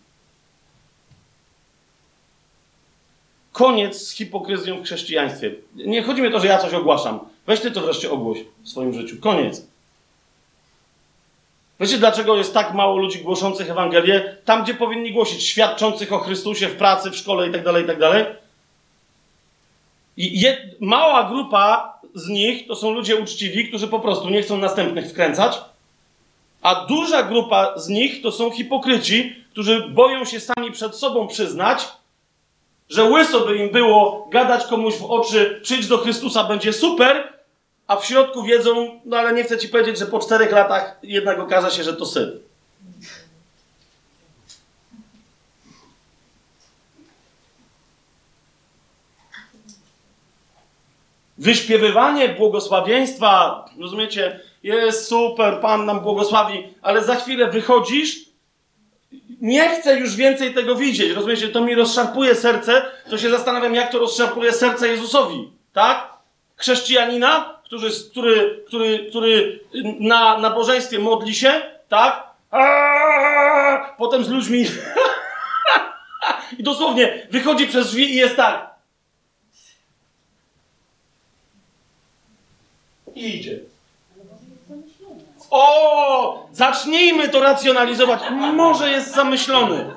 Koniec z hipokryzją w chrześcijaństwie. Nie chodzi mi o to, że ja coś ogłaszam. Weź ty to wreszcie ogłoś w swoim życiu. Koniec. Wiecie, dlaczego jest tak mało ludzi głoszących Ewangelię? Tam, gdzie powinni głosić, świadczących o Chrystusie w pracy, w szkole itd., itd. I mała grupa z nich to są ludzie uczciwi, którzy po prostu nie chcą następnych wkręcać, a duża grupa z nich to są hipokryci, którzy boją się sami przed sobą przyznać, że łyso by im było gadać komuś w oczy, przyjdź do Chrystusa, będzie super, a w środku wiedzą, no ale nie chcę ci powiedzieć, że po 4 latach jednak okaże się, że to syn. Wyśpiewywanie błogosławieństwa, rozumiecie, jest super, Pan nam błogosławi, ale za chwilę wychodzisz, nie chcę już więcej tego widzieć, rozumiecie, to mi rozszarpuje serce, to się zastanawiam, jak to rozszarpuje serce Jezusowi, tak? Chrześcijanina, który na nabożeństwie modli się, tak? Potem z ludźmi i dosłownie wychodzi przez drzwi i jest tak. I idzie. O! Zacznijmy to racjonalizować. Może jest zamyślony.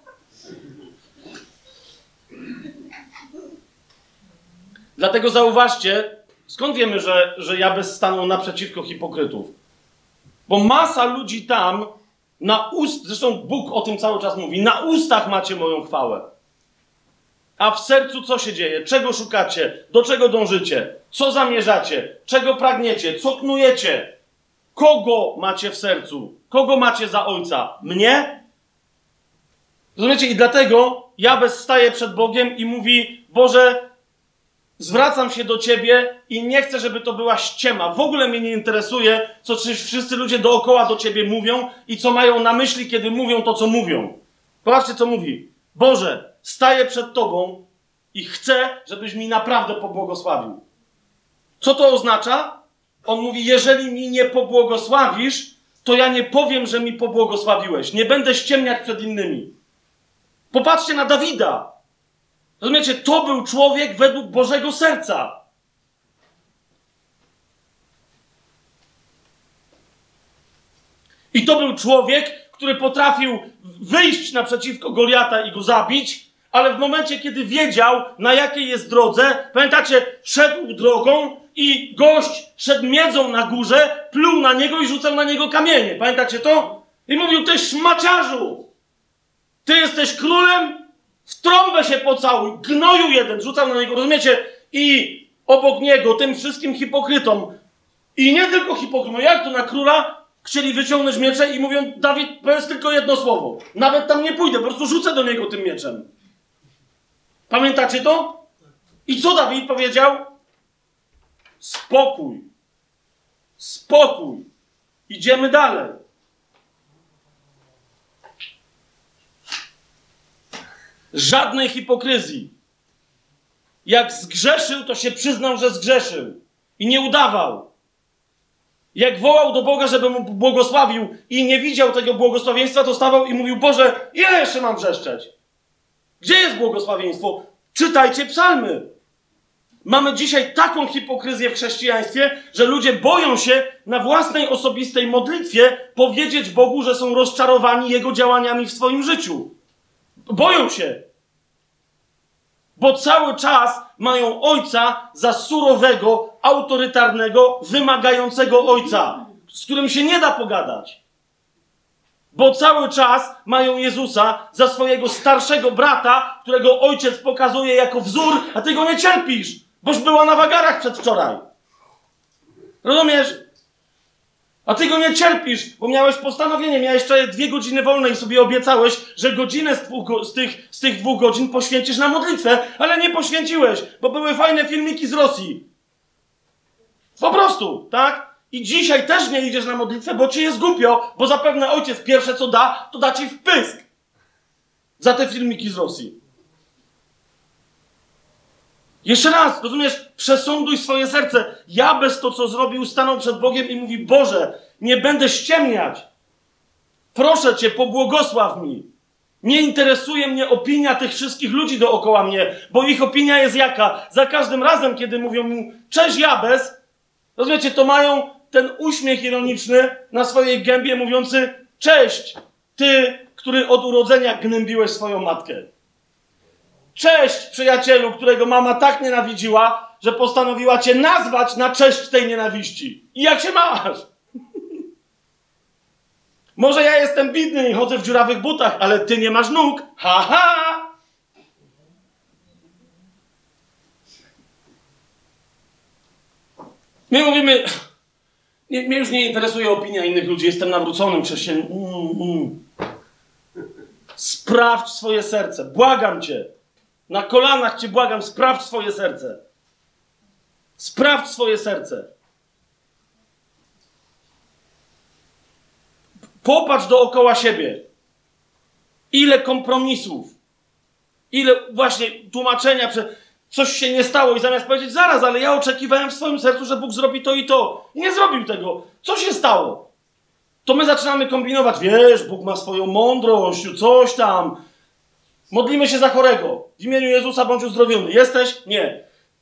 Dlatego zauważcie, skąd wiemy, że Jabez stanął naprzeciwko hipokrytów? Bo masa ludzi tam Zresztą Bóg o tym cały czas mówi, na ustach macie moją chwałę. A w sercu co się dzieje? Czego szukacie? Do czego dążycie? Co zamierzacie? Czego pragniecie? Co knujecie? Kogo macie w sercu? Kogo macie za ojca? Mnie? Rozumiecie? I dlatego Jabez staje przed Bogiem i mówi: Boże, zwracam się do Ciebie i nie chcę, żeby to była ściema. W ogóle mnie nie interesuje, co wszyscy ludzie dookoła do Ciebie mówią i co mają na myśli, kiedy mówią to, co mówią. Zobaczcie, co mówi. Boże, staję przed Tobą i chcę, żebyś mi naprawdę pobłogosławił. Co to oznacza? On mówi: jeżeli mi nie pobłogosławisz, to ja nie powiem, że mi pobłogosławiłeś. Nie będę ściemniać przed innymi. Popatrzcie na Dawida. Rozumiecie? To był człowiek według Bożego serca. I to był człowiek, który potrafił wyjść naprzeciwko Goliata i go zabić, ale w momencie, kiedy wiedział, na jakiej jest drodze, pamiętacie, szedł drogą i gość szedł miedzą na górze, pluł na niego i rzucał na niego kamienie. Pamiętacie to? I mówił: ty szmaciarzu! Ty jesteś królem? W trąbę się pocałuj, gnoju jeden, rzucał na niego, rozumiecie? I obok niego, tym wszystkim hipokrytom, i nie tylko hipokrytom, jak to na króla, chcieli wyciągnąć miecze i mówią: Dawid, powiedz tylko jedno słowo. Nawet tam nie pójdę, po prostu rzucę do niego tym mieczem. Pamiętacie to? I co Dawid powiedział? Spokój. Spokój. Idziemy dalej. Żadnej hipokryzji. Jak zgrzeszył, to się przyznał, że zgrzeszył. I nie udawał. Jak wołał do Boga, żeby mu błogosławił i nie widział tego błogosławieństwa, to stawał i mówił: Boże, ile jeszcze mam wrzeszczeć? Gdzie jest błogosławieństwo? Czytajcie psalmy. Mamy dzisiaj taką hipokryzję w chrześcijaństwie, że ludzie boją się na własnej osobistej modlitwie powiedzieć Bogu, że są rozczarowani Jego działaniami w swoim życiu. Boją się. Bo cały czas mają ojca za surowego, autorytarnego, wymagającego ojca, z którym się nie da pogadać. Bo cały czas mają Jezusa za swojego starszego brata, którego ojciec pokazuje jako wzór, a ty go nie cierpisz, boś była na wagarach przedwczoraj. Rozumiesz? A ty go nie cierpisz, bo miałeś postanowienie, miałeś jeszcze 2 godziny wolne i sobie obiecałeś, że godzinę z tych 2 godzin poświęcisz na modlitwę, ale nie poświęciłeś, bo były fajne filmiki z Rosji. Po prostu, tak? I dzisiaj też nie idziesz na modlitwę, bo ci jest głupio, bo zapewne ojciec pierwsze co da, to da ci w pysk za te filmiki z Rosji. Jeszcze raz, rozumiesz, przesąduj swoje serce. Jabez to, co zrobił, stanął przed Bogiem i mówi: Boże, nie będę ściemniać. Proszę Cię, pobłogosław mi. Nie interesuje mnie opinia tych wszystkich ludzi dookoła mnie, bo ich opinia jest jaka? Za każdym razem, kiedy mówią mu: cześć Jabez, rozumiecie, to mają ten uśmiech ironiczny na swojej gębie mówiący: cześć, ty, który od urodzenia gnębiłeś swoją matkę. Cześć, przyjacielu, którego mama tak nienawidziła, że postanowiła cię nazwać na cześć tej nienawiści. I jak się masz? Może ja jestem biedny i chodzę w dziurawych butach, ale ty nie masz nóg. Ha, ha! My mówimy: mnie już nie interesuje opinia innych ludzi, jestem nawróconym chrześcijaninem. Sprawdź swoje serce, błagam cię. Na kolanach cię błagam, sprawdź swoje serce. Sprawdź swoje serce. Popatrz dookoła siebie. Ile kompromisów. Ile właśnie tłumaczenia, coś się nie stało i zamiast powiedzieć: zaraz, ale ja oczekiwałem w swoim sercu, że Bóg zrobi to i to. I nie zrobił tego. Co się stało? To my zaczynamy kombinować. Wiesz, Bóg ma swoją mądrość, coś tam. Modlimy się za chorego. W imieniu Jezusa bądź uzdrowiony. Jesteś? Nie.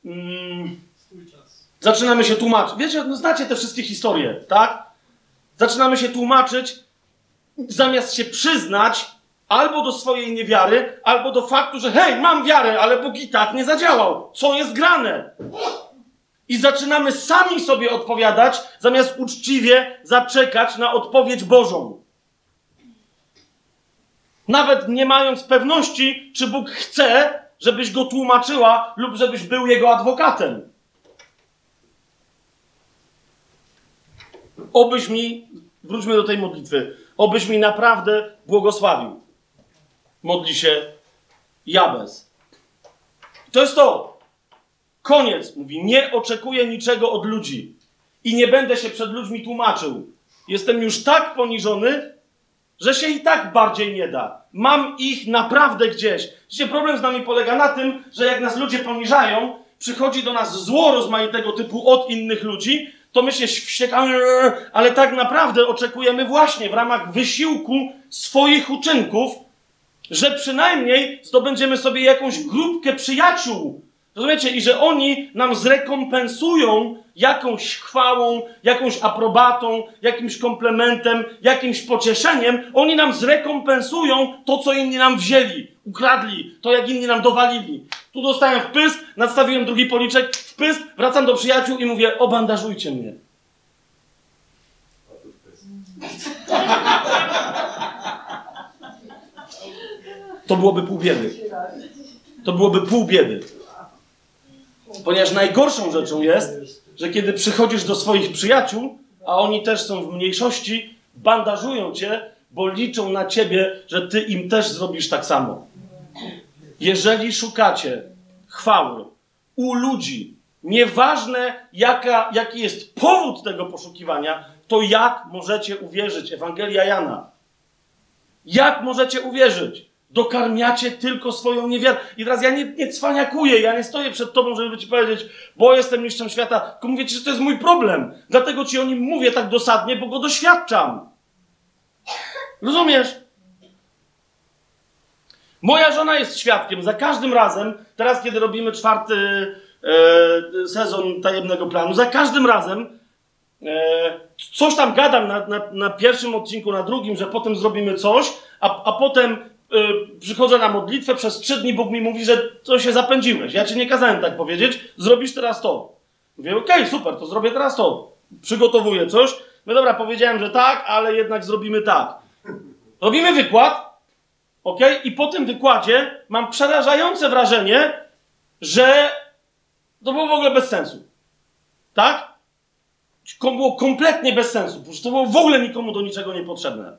Zaczynamy się tłumaczyć. Wiecie, no znacie te wszystkie historie, tak? Zaczynamy się tłumaczyć, zamiast się przyznać albo do swojej niewiary, albo do faktu, że hej, mam wiarę, ale Bóg i tak nie zadziałał. Co jest grane? I zaczynamy sami sobie odpowiadać, zamiast uczciwie zaczekać na odpowiedź Bożą. Nawet nie mając pewności, czy Bóg chce, żebyś go tłumaczyła lub żebyś był jego adwokatem. Obyś mi, wróćmy do tej modlitwy, obyś mi naprawdę błogosławił. Modli się Jabez. To jest to. Koniec, mówi, nie oczekuję niczego od ludzi i nie będę się przed ludźmi tłumaczył. Jestem już tak poniżony, że się i tak bardziej nie da. Mam ich naprawdę gdzieś. Wiecie, problem z nami polega na tym, że jak nas ludzie poniżają, przychodzi do nas zło rozmaitego typu od innych ludzi, to my się wściekamy, ale tak naprawdę oczekujemy właśnie w ramach wysiłku swoich uczynków, że przynajmniej zdobędziemy sobie jakąś grupkę przyjaciół. Rozumiecie? I że oni nam zrekompensują jakąś chwałą, jakąś aprobatą, jakimś komplementem, jakimś pocieszeniem. Oni nam zrekompensują to, co inni nam wzięli, ukradli, to, jak inni nam dowalili. Tu dostałem wpysk, nadstawiłem drugi policzek, wpysk, wracam do przyjaciół i mówię, obandażujcie mnie. To byłoby pół biedy. To byłoby pół biedy. Ponieważ najgorszą rzeczą jest, że kiedy przychodzisz do swoich przyjaciół, a oni też są w mniejszości, bandażują cię, bo liczą na ciebie, że ty im też zrobisz tak samo. Jeżeli szukacie chwały u ludzi, nieważne jaki jest powód tego poszukiwania, to jak możecie uwierzyć? Ewangelia Jana. Jak możecie uwierzyć? Dokarmiacie tylko swoją niewiarę. I teraz ja nie cwaniakuję, ja nie stoję przed tobą, żeby ci powiedzieć, bo jestem mistrzem świata, tylko mówię ci, że to jest mój problem. Dlatego ci o nim mówię tak dosadnie, bo go doświadczam. Rozumiesz? Moja żona jest świadkiem. Za każdym razem, teraz kiedy robimy 4. Sezon Tajemnego Planu, za każdym razem coś tam gadam na pierwszym odcinku, na drugim, że potem zrobimy coś, a potem przychodzę na modlitwę, przez 3 dni Bóg mi mówi, że to się zapędziłeś. Ja ci nie kazałem tak powiedzieć, zrobisz teraz to. Mówię, okej, super, to zrobię teraz to. Przygotowuję coś. No dobra, powiedziałem, że tak, ale jednak zrobimy tak. Robimy wykład, i po tym wykładzie mam przerażające wrażenie, że to było w ogóle bez sensu. Tak? Było kompletnie bez sensu. To było w ogóle nikomu do niczego niepotrzebne.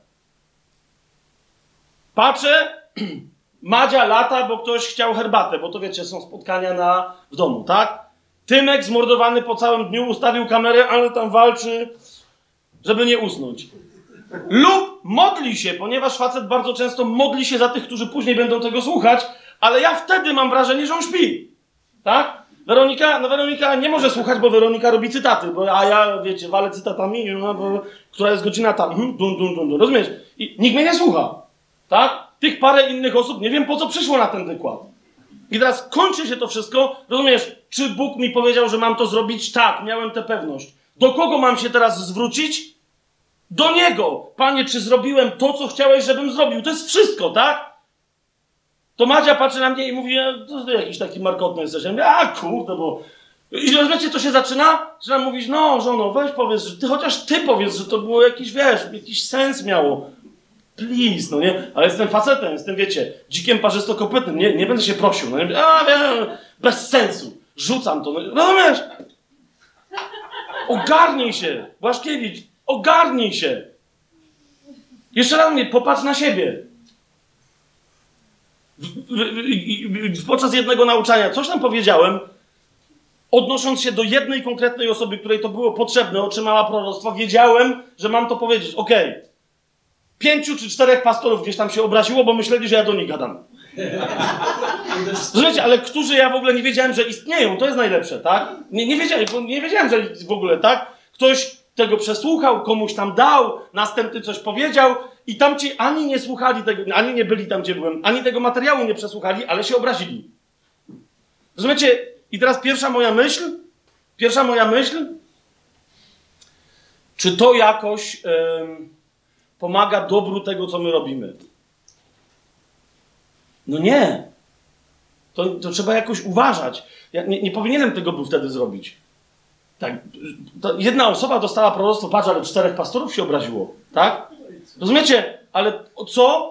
Patrzę, Madzia lata, bo ktoś chciał herbatę, bo to wiecie, są spotkania w domu, tak? Tymek zmordowany po całym dniu ustawił kamerę, ale tam walczy, żeby nie usnąć. Lub modli się, ponieważ facet bardzo często modli się za tych, którzy później będą tego słuchać, ale ja wtedy mam wrażenie, że on śpi. Tak? Weronika nie może słuchać, bo Weronika robi cytaty, a ja, wiecie, walę cytatami, która jest godzina tam, rozumiesz? I nikt mnie nie słucha. Tak? Tych parę innych osób, nie wiem po co przyszło na ten wykład. I teraz kończy się to wszystko, rozumiesz? Czy Bóg mi powiedział, że mam to zrobić? Tak, miałem tę pewność. Do kogo mam się teraz zwrócić? Do Niego. Panie, czy zrobiłem to, co chciałeś, żebym zrobił? To jest wszystko, tak? To Madzia patrzy na mnie i mówi, to jakiś taki markotny jesteś. Ja mówię, kurde, bo... I rozumiecie, to się zaczyna? Zaczynam mówić, no, żono, weź powiedz, że chociaż ty powiedz, że to było jakiś, jakiś sens miało. Please, no nie? Ale jestem facetem, jestem, wiecie, dzikiem parzystokopytnym, nie będę się prosił. No nie? Wiem, bez sensu. Rzucam to. No, rozumiesz? Ogarnij się, Błaszkiewicz, ogarnij się. Jeszcze raz mówię, popatrz na siebie. Podczas jednego nauczania coś tam powiedziałem, odnosząc się do jednej konkretnej osoby, której to było potrzebne, otrzymała proroctwo, wiedziałem, że mam to powiedzieć. Okej. 5 czy 4 pastorów gdzieś tam się obraziło, bo myśleli, że ja do nich gadam. Rozumiecie, ale którzy ja w ogóle nie wiedziałem, że istnieją, to jest najlepsze, tak? Nie wiedziałem, że w ogóle, tak? Ktoś tego przesłuchał, komuś tam dał, następny coś powiedział i tamci ani nie słuchali tego, ani nie byli tam, gdzie byłem, ani tego materiału nie przesłuchali, ale się obrazili. Rozumiecie? I teraz pierwsza moja myśl, czy to jakoś pomaga dobru tego, co my robimy? No nie. To trzeba jakoś uważać. Ja nie powinienem tego był wtedy zrobić. Tak, jedna osoba dostała proroctwo, patrz, ale 4 pastorów się obraziło. Tak? Rozumiecie? Ale co?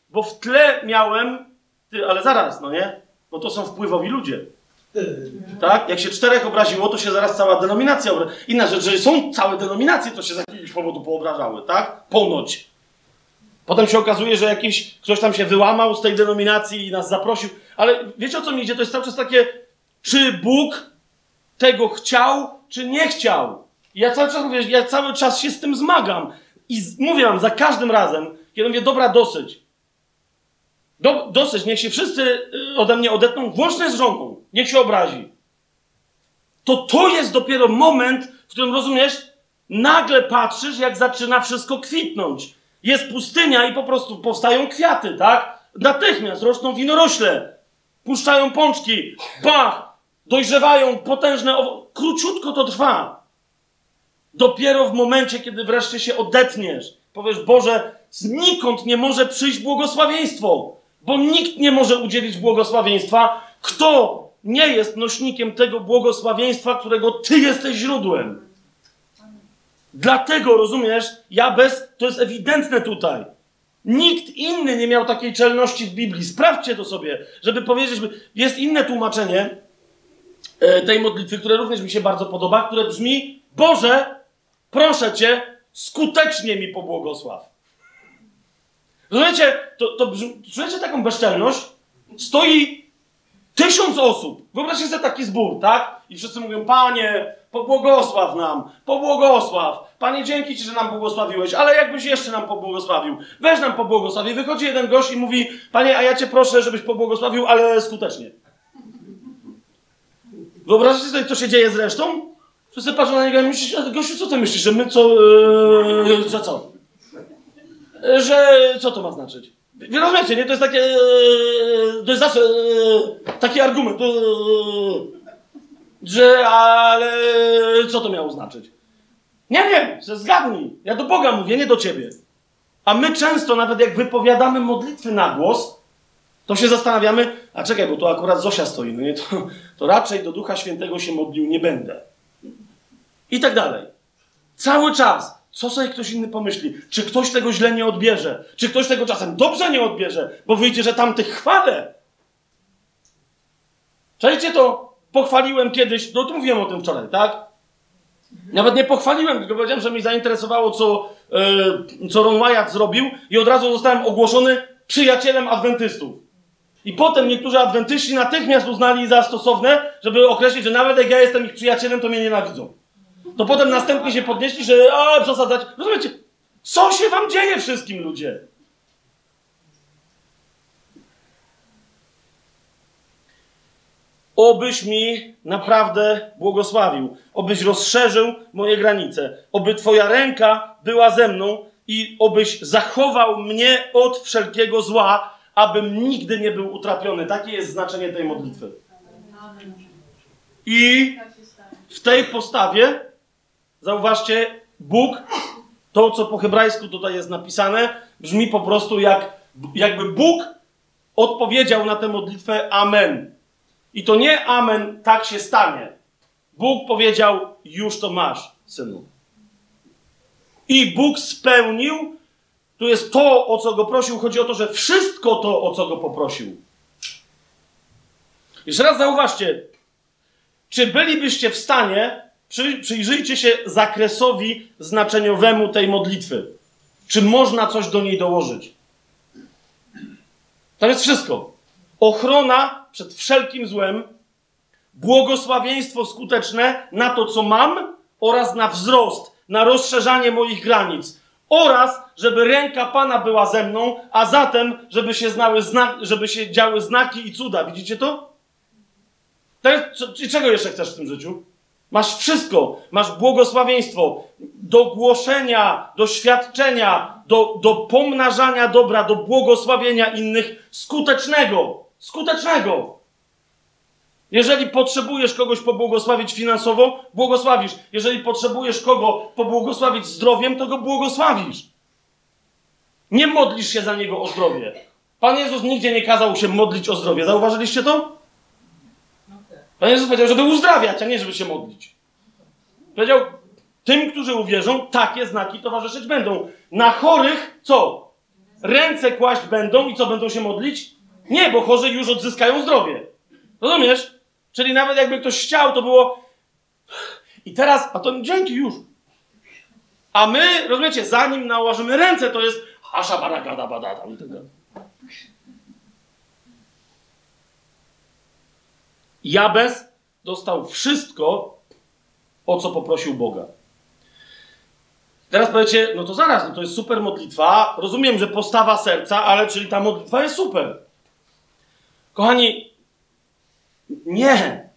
Bo w tle miałem... ale zaraz, no nie? Bo to są wpływowi ludzie. Tak? Jak się 4 obraziło, to się zaraz cała denominacja obraziła. Inna rzecz, że są całe denominacje, to się z jakiegoś powodu poobrażały, tak? Ponoć. Potem się okazuje, że ktoś tam się wyłamał z tej denominacji i nas zaprosił. Ale wiecie, o co mi idzie? To jest cały czas takie, czy Bóg tego chciał, czy nie chciał. I ja cały czas mówię, ja cały czas się z tym zmagam. I mówię wam, za każdym razem, kiedy mówię, dobra, dosyć. Dosyć, niech się wszyscy ode mnie odetną, włącznie z żoną. Niech się obrazi. To jest dopiero moment, w którym, rozumiesz, nagle patrzysz, jak zaczyna wszystko kwitnąć. Jest pustynia i po prostu powstają kwiaty, tak? Natychmiast rośną winorośle. Puszczają pączki. Bach! Dojrzewają potężne króciutko to trwa. Dopiero w momencie, kiedy wreszcie się odetniesz, powiesz, Boże, znikąd nie może przyjść błogosławieństwo, bo nikt nie może udzielić błogosławieństwa, kto nie jest nośnikiem tego błogosławieństwa, którego Ty jesteś źródłem. Dlatego, rozumiesz, to jest ewidentne tutaj. Nikt inny nie miał takiej czelności w Biblii. Sprawdźcie to sobie, żeby powiedzieć, jest inne tłumaczenie tej modlitwy, które również mi się bardzo podoba, które brzmi, Boże, proszę Cię, skutecznie mi pobłogosław. Rozumiecie, czujecie taką bezczelność? Stoi 1000 osób. Wyobraźcie sobie taki zbór, tak? I wszyscy mówią, Panie, pobłogosław nam, pobłogosław. Panie, dzięki Ci, że nam błogosławiłeś, ale jakbyś jeszcze nam pobłogosławił. Weź nam pobłogosław. I wychodzi jeden gość i mówi, Panie, a ja Cię proszę, żebyś pobłogosławił, ale skutecznie. Wyobraźcie sobie, co się dzieje z resztą? Wszyscy patrzą na niego i myślisz, gościu, co ty myślisz, że my co? Że co? Że co to ma znaczyć? Wy rozumiecie, nie? To jest takie... To jest zawsze taki argument, że ale co to miało znaczyć? Nie wiem, zgadnij. Ja do Boga mówię, nie do ciebie. A my często, nawet jak wypowiadamy modlitwy na głos, to się zastanawiamy, a czekaj, bo tu akurat Zosia stoi, no nie? To raczej do Ducha Świętego się modlił nie będę. I tak dalej. Cały czas. Co sobie ktoś inny pomyśli? Czy ktoś tego źle nie odbierze? Czy ktoś tego czasem dobrze nie odbierze? Bo wyjdzie, że tamtych chwalę. Czajcie to? Pochwaliłem kiedyś, no tu mówiłem o tym wczoraj, tak? Nawet nie pochwaliłem, tylko powiedziałem, że mnie zainteresowało, co Ron Wyatt zrobił i od razu zostałem ogłoszony przyjacielem adwentystów. I potem niektórzy adwentyści natychmiast uznali za stosowne, żeby określić, że nawet jak ja jestem ich przyjacielem, to mnie nienawidzą. To potem następnie się podnieśli, że przesadzać. Rozumiecie? Co się wam dzieje wszystkim, ludzie? Obyś mi naprawdę błogosławił. Obyś rozszerzył moje granice. Oby Twoja ręka była ze mną i obyś zachował mnie od wszelkiego zła, abym nigdy nie był utrapiony. Takie jest znaczenie tej modlitwy. I w tej postawie, zauważcie, Bóg, to co po hebrajsku tutaj jest napisane, brzmi po prostu jakby Bóg odpowiedział na tę modlitwę Amen. I to nie Amen, tak się stanie. Bóg powiedział, już to masz, synu. I Bóg spełnił, tu jest to, o co go prosił, chodzi o to, że wszystko to, o co go poprosił. Jeszcze raz zauważcie, czy bylibyście w stanie, przyjrzyjcie się zakresowi znaczeniowemu tej modlitwy. Czy można coś do niej dołożyć? Tam jest wszystko. Ochrona przed wszelkim złem, błogosławieństwo skuteczne na to, co mam, oraz na wzrost, na rozszerzanie moich granic. Oraz, żeby ręka Pana była ze mną, a zatem, żeby się działy znaki i cuda. Widzicie to? Czego jeszcze chcesz w tym życiu? Masz wszystko. Masz błogosławieństwo do głoszenia, do świadczenia, do pomnażania dobra, do błogosławienia innych skutecznego. Skutecznego. Jeżeli potrzebujesz kogoś pobłogosławić finansowo, błogosławisz. Jeżeli potrzebujesz kogo pobłogosławić zdrowiem, to go błogosławisz. Nie modlisz się za niego o zdrowie. Pan Jezus nigdzie nie kazał się modlić o zdrowie. Zauważyliście to? Pan Jezus powiedział, żeby uzdrawiać, a nie żeby się modlić. Powiedział, tym, którzy uwierzą, takie znaki towarzyszyć będą. Na chorych co? ręce kłaść będą i co, będą się modlić? Nie, bo chorzy już odzyskają zdrowie. Rozumiesz? Czyli nawet jakby ktoś chciał, to było i teraz, a to dzięki już. A my, rozumiecie, zanim nałożymy ręce, to jest hasza baragada badada i tak dalej. Jabez dostał wszystko, o co poprosił Boga. Teraz powiecie, no to zaraz, no to jest super modlitwa. Rozumiem, że postawa serca, ale czyli ta modlitwa jest super. Kochani, nie.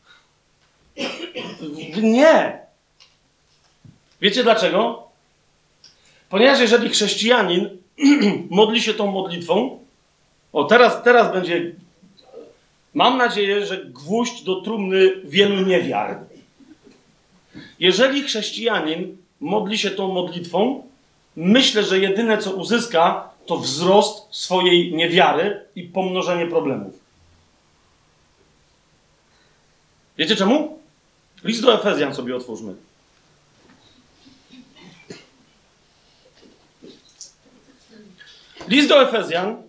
Nie. Wiecie dlaczego? Ponieważ jeżeli chrześcijanin modli się tą modlitwą, o teraz będzie, mam nadzieję, że gwóźdź do trumny wielu niewiar. Jeżeli chrześcijanin modli się tą modlitwą, myślę, że jedyne co uzyska, to wzrost swojej niewiary i pomnożenie problemów. Wiecie czemu? List do Efezjan sobie otwórzmy. List do Efezjan.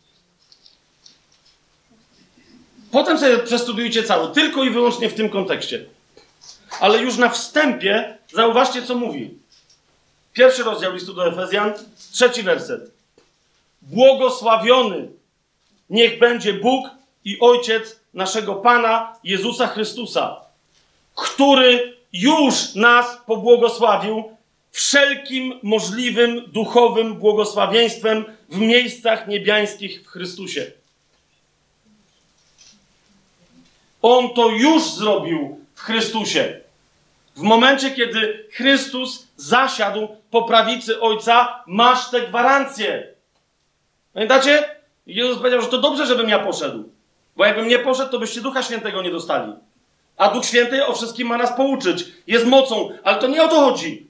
Potem sobie przestudiujcie cały, tylko i wyłącznie w tym kontekście. Ale już na wstępie zauważcie, co mówi. 1 rozdział listu do Efezjan, 3 werset. Błogosławiony niech będzie Bóg i Ojciec naszego Pana Jezusa Chrystusa, który już nas pobłogosławił wszelkim możliwym duchowym błogosławieństwem w miejscach niebiańskich w Chrystusie. On to już zrobił w Chrystusie. W momencie, kiedy Chrystus zasiadł po prawicy Ojca, masz tę gwarancję. Pamiętacie? Jezus powiedział, że to dobrze, żebym ja poszedł. Bo jakbym nie poszedł, to byście Ducha Świętego nie dostali. A Duch Święty o wszystkim ma nas pouczyć. Jest mocą, ale to nie o to chodzi.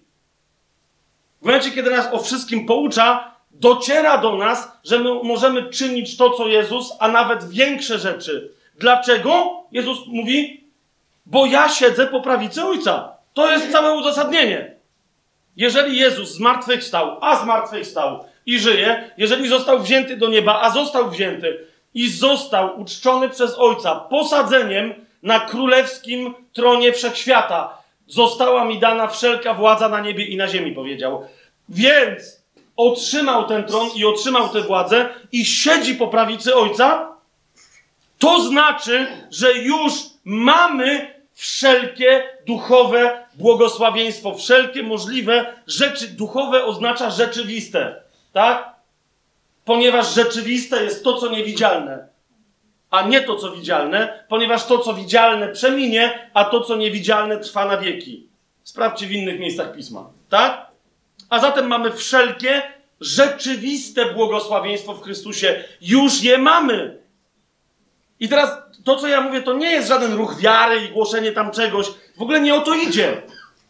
W momencie, kiedy nas o wszystkim poucza, dociera do nas, że my możemy czynić to, co Jezus, a nawet większe rzeczy. Dlaczego? Jezus mówi, bo ja siedzę po prawicy Ojca. To jest całe uzasadnienie. Jeżeli Jezus zmartwychwstał i żyje, jeżeli został wzięty do nieba, a został wzięty i został uczczony przez Ojca posadzeniem na królewskim tronie wszechświata, została mi dana wszelka władza na niebie i na ziemi, powiedział. Więc otrzymał ten tron i otrzymał tę władzę i siedzi po prawicy Ojca. To znaczy, że już mamy wszelkie duchowe błogosławieństwo, wszelkie możliwe rzeczy. Duchowe oznacza rzeczywiste, tak? Ponieważ rzeczywiste jest to, co niewidzialne, a nie to, co widzialne, ponieważ to, co widzialne przeminie, a to, co niewidzialne trwa na wieki. Sprawdźcie w innych miejscach Pisma, tak? A zatem mamy wszelkie rzeczywiste błogosławieństwo w Chrystusie. Już je mamy. I teraz to, co ja mówię, to nie jest żaden ruch wiary i głoszenie tam czegoś. W ogóle nie o to idzie.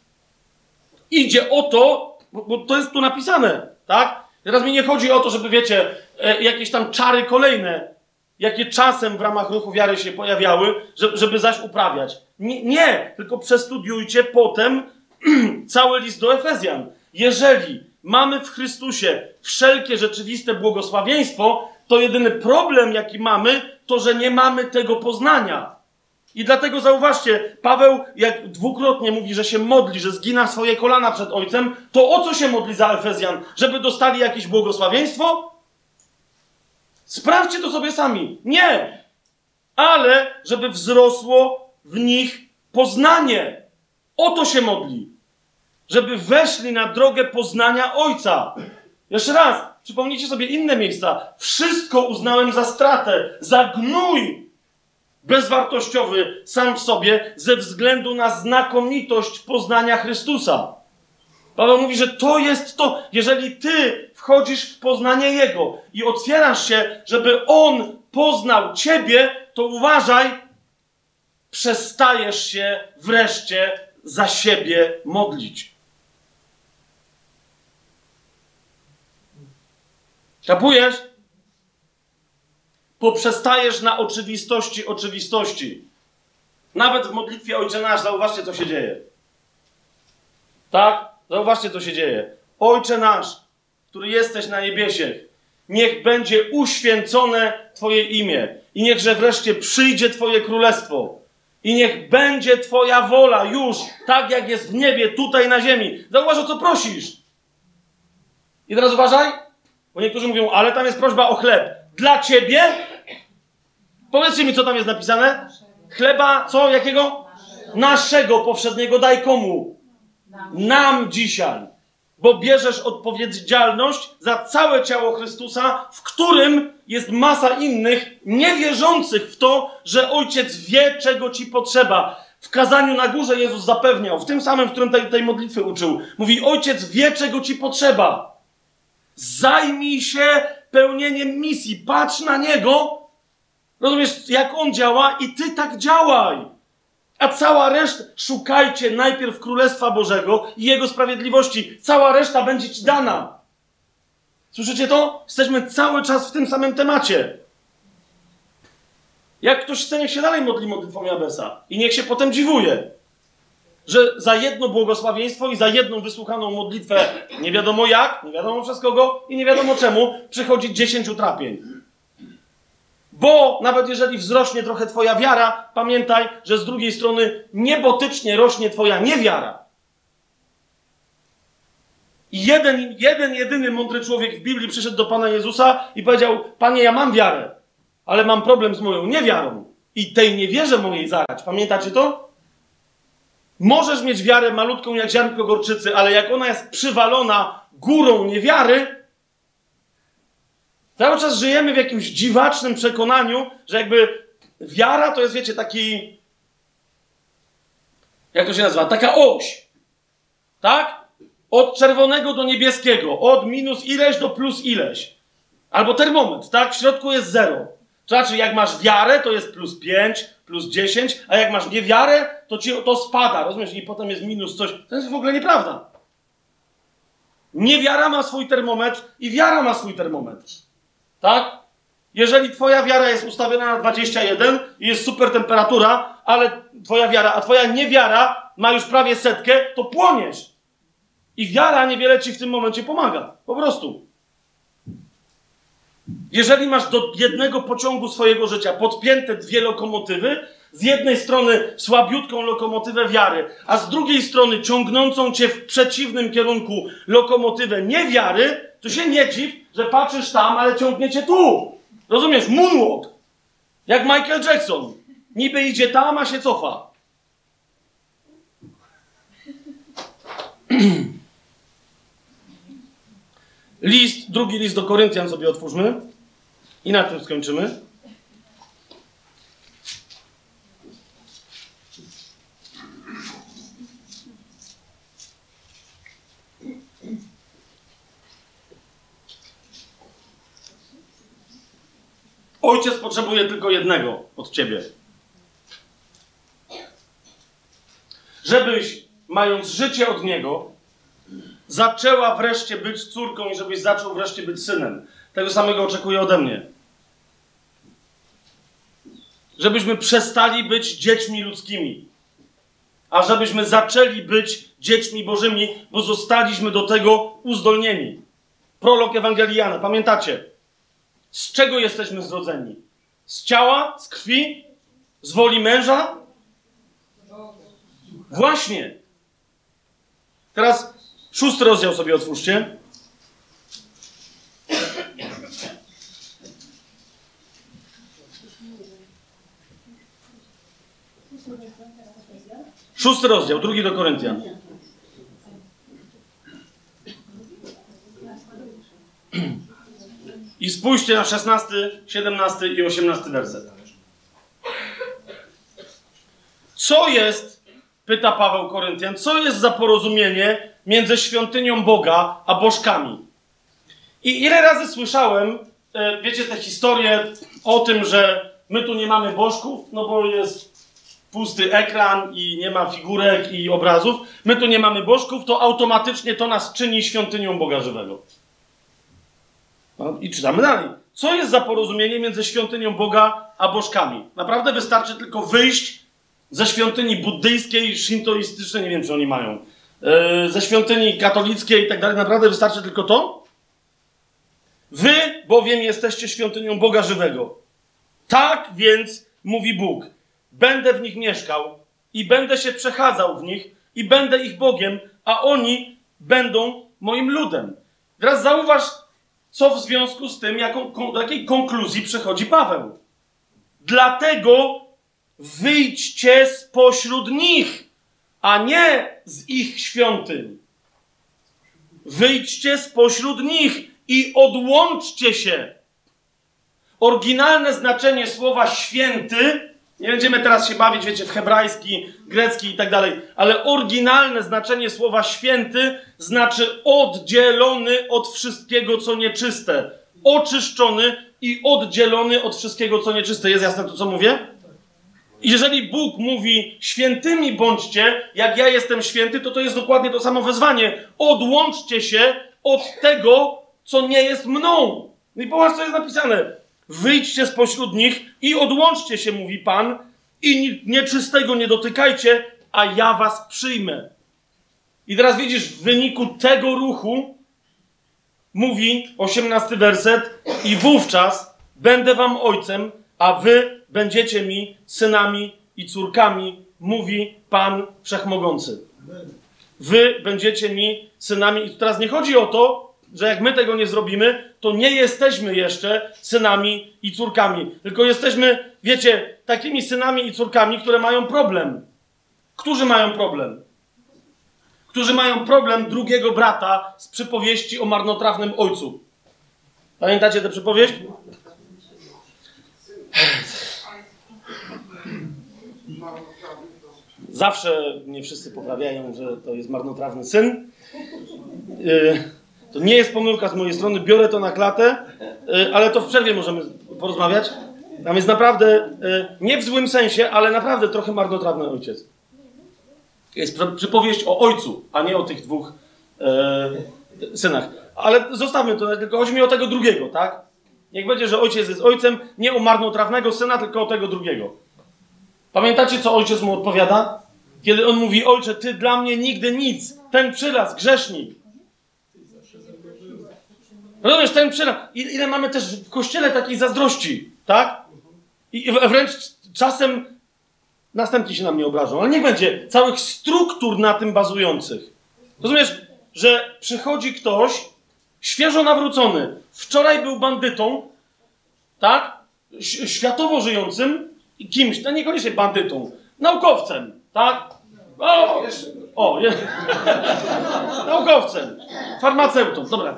Idzie o to, bo to jest tu napisane, tak? Teraz mi nie chodzi o to, żeby, wiecie, jakieś tam czary kolejne, jakie czasem w ramach ruchu wiary się pojawiały, żeby zaś uprawiać. Nie, tylko przestudiujcie potem cały list do Efezjan. Jeżeli mamy w Chrystusie wszelkie rzeczywiste błogosławieństwo, to jedyny problem, jaki mamy, to, że nie mamy tego poznania. I dlatego zauważcie, Paweł jak dwukrotnie mówi, że się modli, że zgina swoje kolana przed Ojcem, to o co się modli za Efezjan? Żeby dostali jakieś błogosławieństwo? Sprawdźcie to sobie sami. Nie. Ale żeby wzrosło w nich poznanie. O to się modli. Żeby weszli na drogę poznania Ojca. Jeszcze raz, przypomnijcie sobie inne miejsca. Wszystko uznałem za stratę, za gnój bezwartościowy sam w sobie ze względu na znakomitość poznania Chrystusa. Paweł mówi, że to jest to. Jeżeli ty wchodzisz w poznanie Jego i otwierasz się, żeby On poznał ciebie, to uważaj, przestajesz się wreszcie za siebie modlić. Kapujesz? Poprzestajesz na oczywistości. Nawet w modlitwie Ojcze Nasz, zauważcie, co się dzieje. Tak? Zauważcie, co się dzieje. Ojcze Nasz, który jesteś na niebiesiech, niech będzie uświęcone Twoje imię i niechże wreszcie przyjdzie Twoje królestwo i niech będzie Twoja wola już tak, jak jest w niebie, tutaj na ziemi. Zauważ, o co prosisz. I teraz uważaj, bo niektórzy mówią, ale tam jest prośba o chleb. Dla Ciebie? Powiedzcie mi, co tam jest napisane. Chleba, co? Jakiego? Naszego powszedniego daj komu? Nam dzisiaj. Bo bierzesz odpowiedzialność za całe ciało Chrystusa, w którym jest masa innych niewierzących w to, że Ojciec wie, czego ci potrzeba. W kazaniu na górze Jezus zapewniał, w tym samym, w którym tej modlitwy uczył. Mówi, Ojciec wie, czego ci potrzeba. Zajmij się pełnieniem misji. Patrz na Niego. Rozumiesz, jak On działa i ty tak działaj. A cała reszta, szukajcie najpierw Królestwa Bożego i Jego sprawiedliwości. Cała reszta będzie ci dana. Słyszycie to? Jesteśmy cały czas w tym samym temacie. Jak ktoś chce, niech się dalej modli modlitwą Jabesa. I niech się potem dziwuje, że za jedno błogosławieństwo i za jedną wysłuchaną modlitwę, nie wiadomo jak, nie wiadomo przez kogo i nie wiadomo czemu, przychodzi 10 utrapień. Bo nawet jeżeli wzrośnie trochę twoja wiara, pamiętaj, że z drugiej strony niebotycznie rośnie twoja niewiara. I jedyny mądry człowiek w Biblii przyszedł do Pana Jezusa i powiedział, Panie, ja mam wiarę, ale mam problem z moją niewiarą i tej niewierze mojej zarać. Pamiętacie to? Możesz mieć wiarę malutką jak ziarnko gorczycy, ale jak ona jest przywalona górą niewiary, cały czas żyjemy w jakimś dziwacznym przekonaniu, że jakby wiara to jest, wiecie, taki... Jak to się nazywa? Taka oś. Tak? Od czerwonego do niebieskiego. Od minus ileś do plus ileś. Albo termometr, tak? W środku jest 0. To znaczy, jak masz wiarę, to jest plus 5, plus 10, a jak masz niewiarę, to ci to spada, rozumiesz? I potem jest minus coś. To jest w ogóle nieprawda. Niewiara ma swój termometr i wiara ma swój termometr. Tak? Jeżeli twoja wiara jest ustawiona na 21 i jest super temperatura, ale twoja wiara, a twoja niewiara ma już prawie 100, to płoniesz. I wiara niewiele ci w tym momencie pomaga. Po prostu. Jeżeli masz do jednego pociągu swojego życia podpięte 2 lokomotywy, z jednej strony słabiutką lokomotywę wiary, a z drugiej strony ciągnącą cię w przeciwnym kierunku lokomotywę niewiary, to się nie dziw, że patrzysz tam, ale ciągnie cię tu. Rozumiesz? Moonwalk. Jak Michael Jackson. Niby idzie tam, a się cofa. Drugi list do Koryntian sobie otwórzmy i na tym skończymy. Ojciec potrzebuje tylko jednego od ciebie. Żebyś, mając życie od Niego, zaczęła wreszcie być córką i żebyś zaczął wreszcie być synem. Tego samego oczekuje ode mnie. Żebyśmy przestali być dziećmi ludzkimi, a żebyśmy zaczęli być dziećmi bożymi, bo zostaliśmy do tego uzdolnieni. Prolog Ewangeliana, pamiętacie? Z czego jesteśmy zrodzeni? Z ciała? Z krwi? Z woli męża? Właśnie. Teraz 6 rozdział sobie otwórzcie. Szósty rozdział, 2 do Koryntian. I spójrzcie na 16, 17 i 18 werset. Co jest, pyta Paweł Koryntian, co jest za porozumienie między świątynią Boga a bożkami? I ile razy słyszałem, wiecie, te historie o tym, że my tu nie mamy bożków, no bo jest pusty ekran i nie ma figurek i obrazów. My tu nie mamy bożków, to automatycznie to nas czyni świątynią Boga żywego. No, i czytamy dalej. Co jest za porozumienie między świątynią Boga a bożkami? Naprawdę wystarczy tylko wyjść ze świątyni buddyjskiej, szintoistycznej, nie wiem, czy oni mają, ze świątyni katolickiej i tak dalej. Naprawdę wystarczy tylko to? Wy bowiem jesteście świątynią Boga żywego. Tak więc, mówi Bóg, będę w nich mieszkał i będę się przechadzał w nich i będę ich Bogiem, a oni będą moim ludem. Teraz zauważ, co w związku z tym, do jakiej konkluzji przechodzi Paweł. Dlatego wyjdźcie spośród nich, a nie z ich świątyń. Wyjdźcie spośród nich i odłączcie się. Oryginalne znaczenie słowa święty, nie będziemy teraz się bawić, wiecie, w hebrajski, grecki i tak dalej, ale oryginalne znaczenie słowa święty znaczy oddzielony od wszystkiego, co nieczyste. Oczyszczony i oddzielony od wszystkiego, co nieczyste. Jest jasne to, co mówię? I jeżeli Bóg mówi, świętymi bądźcie, jak ja jestem święty, to jest dokładnie to samo wezwanie. Odłączcie się od tego, co nie jest mną. I popatrz, co jest napisane. Wyjdźcie spośród nich i odłączcie się, mówi Pan, i nieczystego nie dotykajcie, a ja was przyjmę. I teraz widzisz, w wyniku tego ruchu mówi 18 werset i wówczas będę wam ojcem, a wy będziecie mi synami i córkami, mówi Pan Wszechmogący. Wy będziecie mi synami. I teraz nie chodzi o to, że jak my tego nie zrobimy, to nie jesteśmy jeszcze synami i córkami. Tylko jesteśmy, wiecie, takimi synami i córkami, które mają problem. Którzy mają problem? Którzy mają problem drugiego brata z przypowieści o marnotrawnym ojcu. Pamiętacie tę przypowieść? Zawsze mnie wszyscy poprawiają, że to jest marnotrawny syn. To nie jest pomyłka z mojej strony, biorę to na klatę, ale to w przerwie możemy porozmawiać. Tam jest naprawdę, nie w złym sensie, ale naprawdę trochę marnotrawny ojciec. Jest przypowieść o ojcu, a nie o tych dwóch synach. Ale zostawmy to, tylko chodzi mi o tego drugiego, tak? Niech będzie, że ojciec jest ojcem, nie o marnotrawnego syna, tylko o tego drugiego. Pamiętacie, co ojciec mu odpowiada? Kiedy on mówi, ojcze, ty dla mnie nigdy nic, ten przyraz, grzesznik. Rozumiesz, ten przyraz. Ile mamy też w kościele takiej zazdrości, tak? I wręcz czasem następni się na mnie obrażą, ale niech będzie całych struktur na tym bazujących. Rozumiesz, że przychodzi ktoś świeżo nawrócony, wczoraj był bandytą, tak? Światowo żyjącym, kimś, no niekoniecznie bandytą, naukowcem, tak? Naukowcem, farmaceutą, dobra.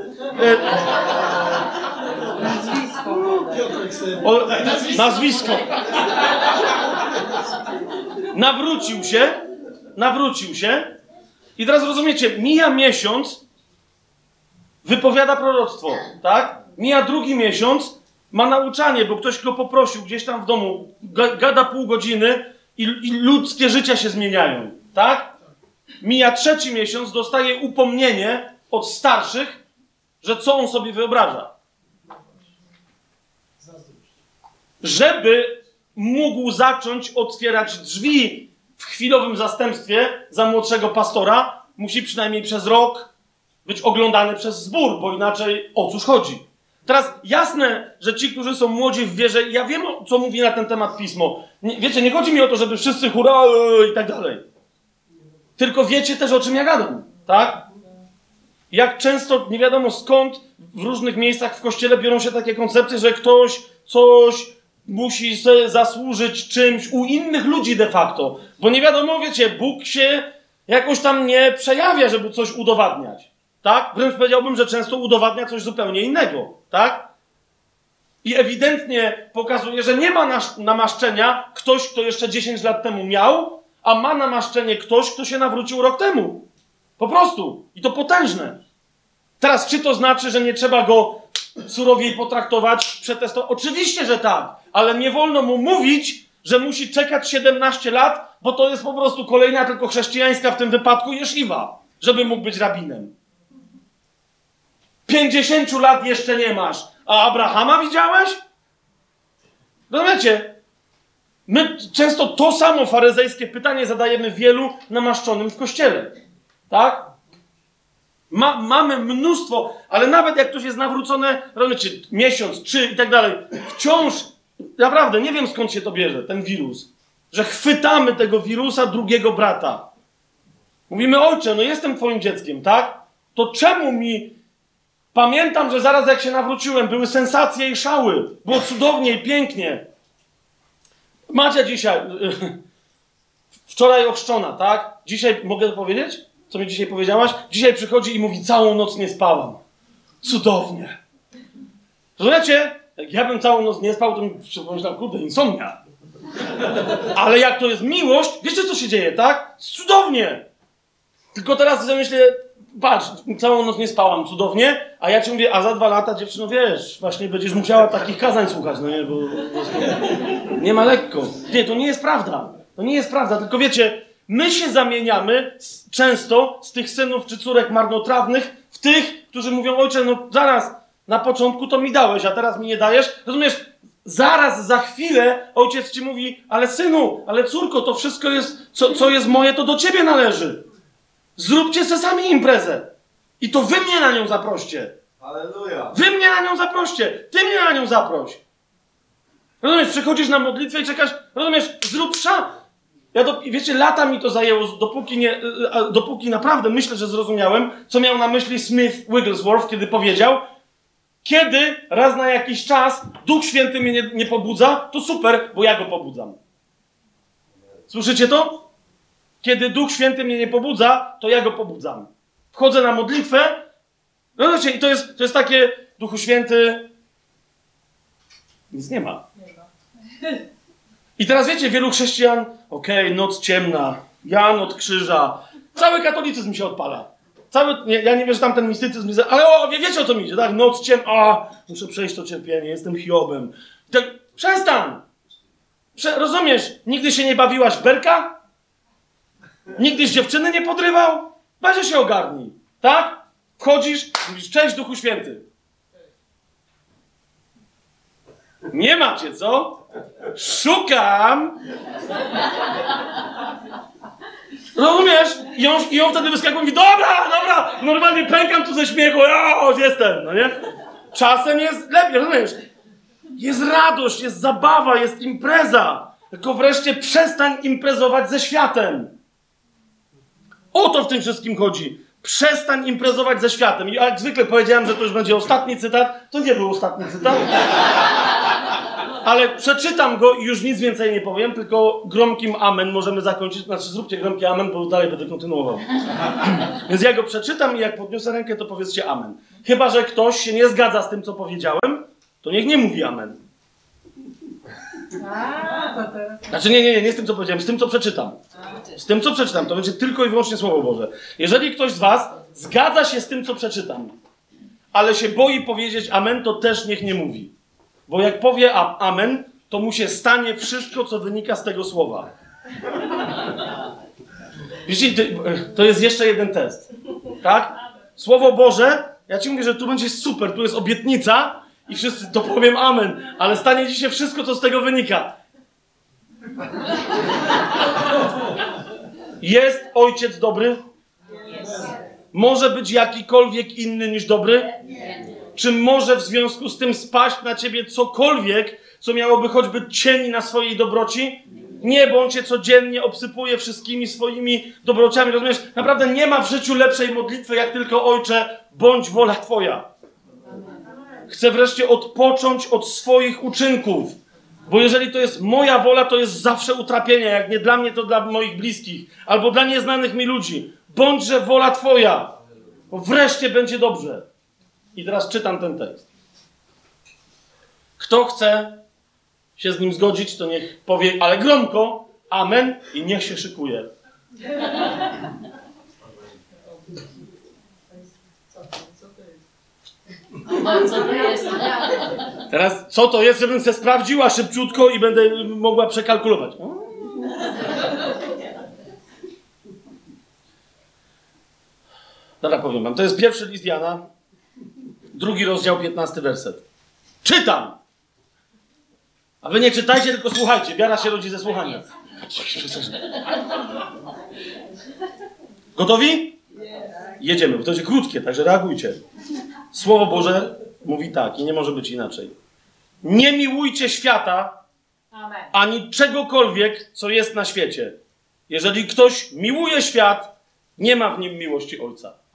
Nazwisko. Nawrócił się i teraz rozumiecie, mija miesiąc, wypowiada proroctwo, tak? Mija drugi miesiąc, ma nauczanie, bo ktoś go poprosił gdzieś tam w domu, gada pół godziny i ludzkie życia się zmieniają, tak? Mija trzeci miesiąc, dostaje upomnienie od starszych, że co on sobie wyobraża. Żeby mógł zacząć otwierać drzwi w chwilowym zastępstwie za młodszego pastora, musi przynajmniej przez rok być oglądany przez zbór, bo inaczej o cóż chodzi. Teraz jasne, że ci, którzy są młodzi w wierze, ja wiem, co mówi na ten temat Pismo. Wiecie, nie chodzi mi o to, żeby wszyscy hurra i tak dalej. Tylko wiecie też, o czym ja gadam, tak? Jak często, nie wiadomo skąd, w różnych miejscach w Kościele biorą się takie koncepcje, że ktoś coś musi sobie zasłużyć czymś u innych ludzi de facto. Bo nie wiadomo, wiecie, Bóg się jakoś tam nie przejawia, żeby coś udowadniać. Tak? Wręcz powiedziałbym, że często udowadnia coś zupełnie innego. Tak? I ewidentnie pokazuje, że nie ma namaszczenia ktoś, kto jeszcze 10 lat temu miał, a ma namaszczenie ktoś, kto się nawrócił rok temu. Po prostu. I to potężne. Teraz, czy to znaczy, że nie trzeba go surowiej potraktować, przetestować? Oczywiście, że tak. Ale nie wolno mu mówić, że musi czekać 17 lat, bo to jest po prostu kolejna tylko chrześcijańska w tym wypadku jesziwa, żeby mógł być rabinem. 50 lat jeszcze nie masz. A Abrahama widziałeś? Rozumiecie? My często to samo faryzejskie pytanie zadajemy wielu namaszczonym w Kościele. Tak? Mamy mnóstwo, ale nawet jak ktoś jest nawrócone, rozumiecie, miesiąc, 3 i tak dalej, wciąż, naprawdę, nie wiem skąd się to bierze, ten wirus, że chwytamy tego wirusa drugiego brata. Mówimy, ojcze, no jestem twoim dzieckiem, tak? To czemu mi... Pamiętam, że zaraz jak się nawróciłem, były sensacje i szały. Było cudownie i pięknie. Macia dzisiaj... Wczoraj ochrzczona, tak? Dzisiaj, mogę powiedzieć? Co mi dzisiaj powiedziałaś? Dzisiaj przychodzi i mówi, całą noc nie spałam. Cudownie. Rozumiecie? Jak ja bym całą noc nie spał, to mi przypomniał, kurde, insomnia. Ale jak to jest miłość, wiecie co się dzieje, tak? Cudownie. Tylko teraz sobie myślę, patrz, całą noc nie spałam, cudownie, a ja ci mówię, a za 2 lata, dziewczyno, wiesz, właśnie będziesz musiała takich kazań słuchać, no nie, bo nie ma lekko. Nie, to nie jest prawda. To nie jest prawda, tylko wiecie, my się zamieniamy często z tych synów czy córek marnotrawnych w tych, którzy mówią, ojcze, no zaraz, na początku to mi dałeś, a teraz mi nie dajesz. Rozumiesz, zaraz, za chwilę ojciec ci mówi, ale synu, ale córko, to wszystko jest, co jest moje, to do ciebie należy. Zróbcie se sami imprezę. I to wy mnie na nią zaproście. Halleluja. Wy mnie na nią zaproście. Ty mnie na nią zaproś. Rozumiesz, przychodzisz na modlitwę i czekasz, rozumiesz, zrób wiecie, lata mi to zajęło, dopóki naprawdę myślę, że zrozumiałem, co miał na myśli Smith Wigglesworth, kiedy powiedział, kiedy raz na jakiś czas Duch Święty mnie nie pobudza, to super, bo ja go pobudzam. Słyszycie to? Kiedy Duch Święty mnie nie pobudza, to ja go pobudzam. Wchodzę na modlitwę, no wiecie, i to jest takie, Duchu Święty, nic nie ma. I teraz wiecie, wielu chrześcijan, okej, noc ciemna, Jan od krzyża, cały katolicyzm się odpala. Ja nie wiem, że tam ten mistycyzm, ale wiecie o co mi idzie, tak? Noc ciemna, muszę przejść to cierpienie, jestem Hiobem. Tak, przestań! Rozumiesz, nigdy się nie bawiłaś w berka? Nigdy z dziewczyny nie podrywał? Weź się ogarnij, tak? Wchodzisz, mówisz, cześć Duchu Święty. Nie macie, co? Szukam. Rozumiesz? I on wtedy wyskakuje i mówi, dobra, normalnie pękam tu ze śmiechu, jestem, no nie? Czasem jest lepiej, rozumiesz? Jest radość, jest zabawa, jest impreza. Tylko wreszcie przestań imprezować ze światem. O to w tym wszystkim chodzi. Przestań imprezować ze światem. I jak zwykle powiedziałem, że to już będzie ostatni cytat. To nie był ostatni cytat. Ale przeczytam go i już nic więcej nie powiem, tylko gromkim amen możemy zakończyć. Znaczy zróbcie gromki amen, bo dalej będę kontynuował. Więc ja go przeczytam i jak podniosę rękę, to powiedzcie amen. Chyba że ktoś się nie zgadza z tym, co powiedziałem, to niech nie mówi amen. Znaczy nie z tym, co powiedziałem, z tym, co przeczytam. Z tym, co przeczytam, to będzie tylko i wyłącznie Słowo Boże. Jeżeli ktoś z was zgadza się z tym, co przeczytam, ale się boi powiedzieć amen, to też niech nie mówi. Bo jak powie amen, to mu się stanie wszystko, co wynika z tego słowa. Widzicie, to jest jeszcze jeden test. Tak? Słowo Boże, ja ci mówię, że tu będzie super, tu jest obietnica i wszyscy to powiem amen, ale stanie ci się wszystko, co z tego wynika. Jest Ojciec dobry? Może być jakikolwiek inny niż dobry? Czy może w związku z tym spaść na ciebie cokolwiek, co miałoby choćby cień na swojej dobroci? Nie, bo on cię codziennie obsypuje wszystkimi swoimi dobrociami. Rozumiesz? Naprawdę nie ma w życiu lepszej modlitwy, jak tylko Ojcze, bądź wola Twoja. Chcę wreszcie odpocząć od swoich uczynków. Bo jeżeli to jest moja wola, to jest zawsze utrapienie. Jak nie dla mnie, to dla moich bliskich. Albo dla nieznanych mi ludzi. Bądźże wola Twoja. Bo wreszcie będzie dobrze. I teraz czytam ten tekst. Kto chce się z nim zgodzić, to niech powie, ale gromko, amen i niech się szykuje. Co to jest? Teraz co to jest, żebym se sprawdziła szybciutko i będę mogła przekalkulować. Dobra, powiem wam. To jest pierwszy list Jana, 2 rozdział, 15 werset. Czytam! A wy nie czytajcie, tylko słuchajcie. Wiara się rodzi ze słuchania. Gotowi? Jedziemy, bo to będzie krótkie, także reagujcie. Słowo Boże mówi tak i nie może być inaczej. Nie miłujcie świata, Amen. ani czegokolwiek, co jest na świecie. Jeżeli ktoś miłuje świat, nie ma w nim miłości Ojca.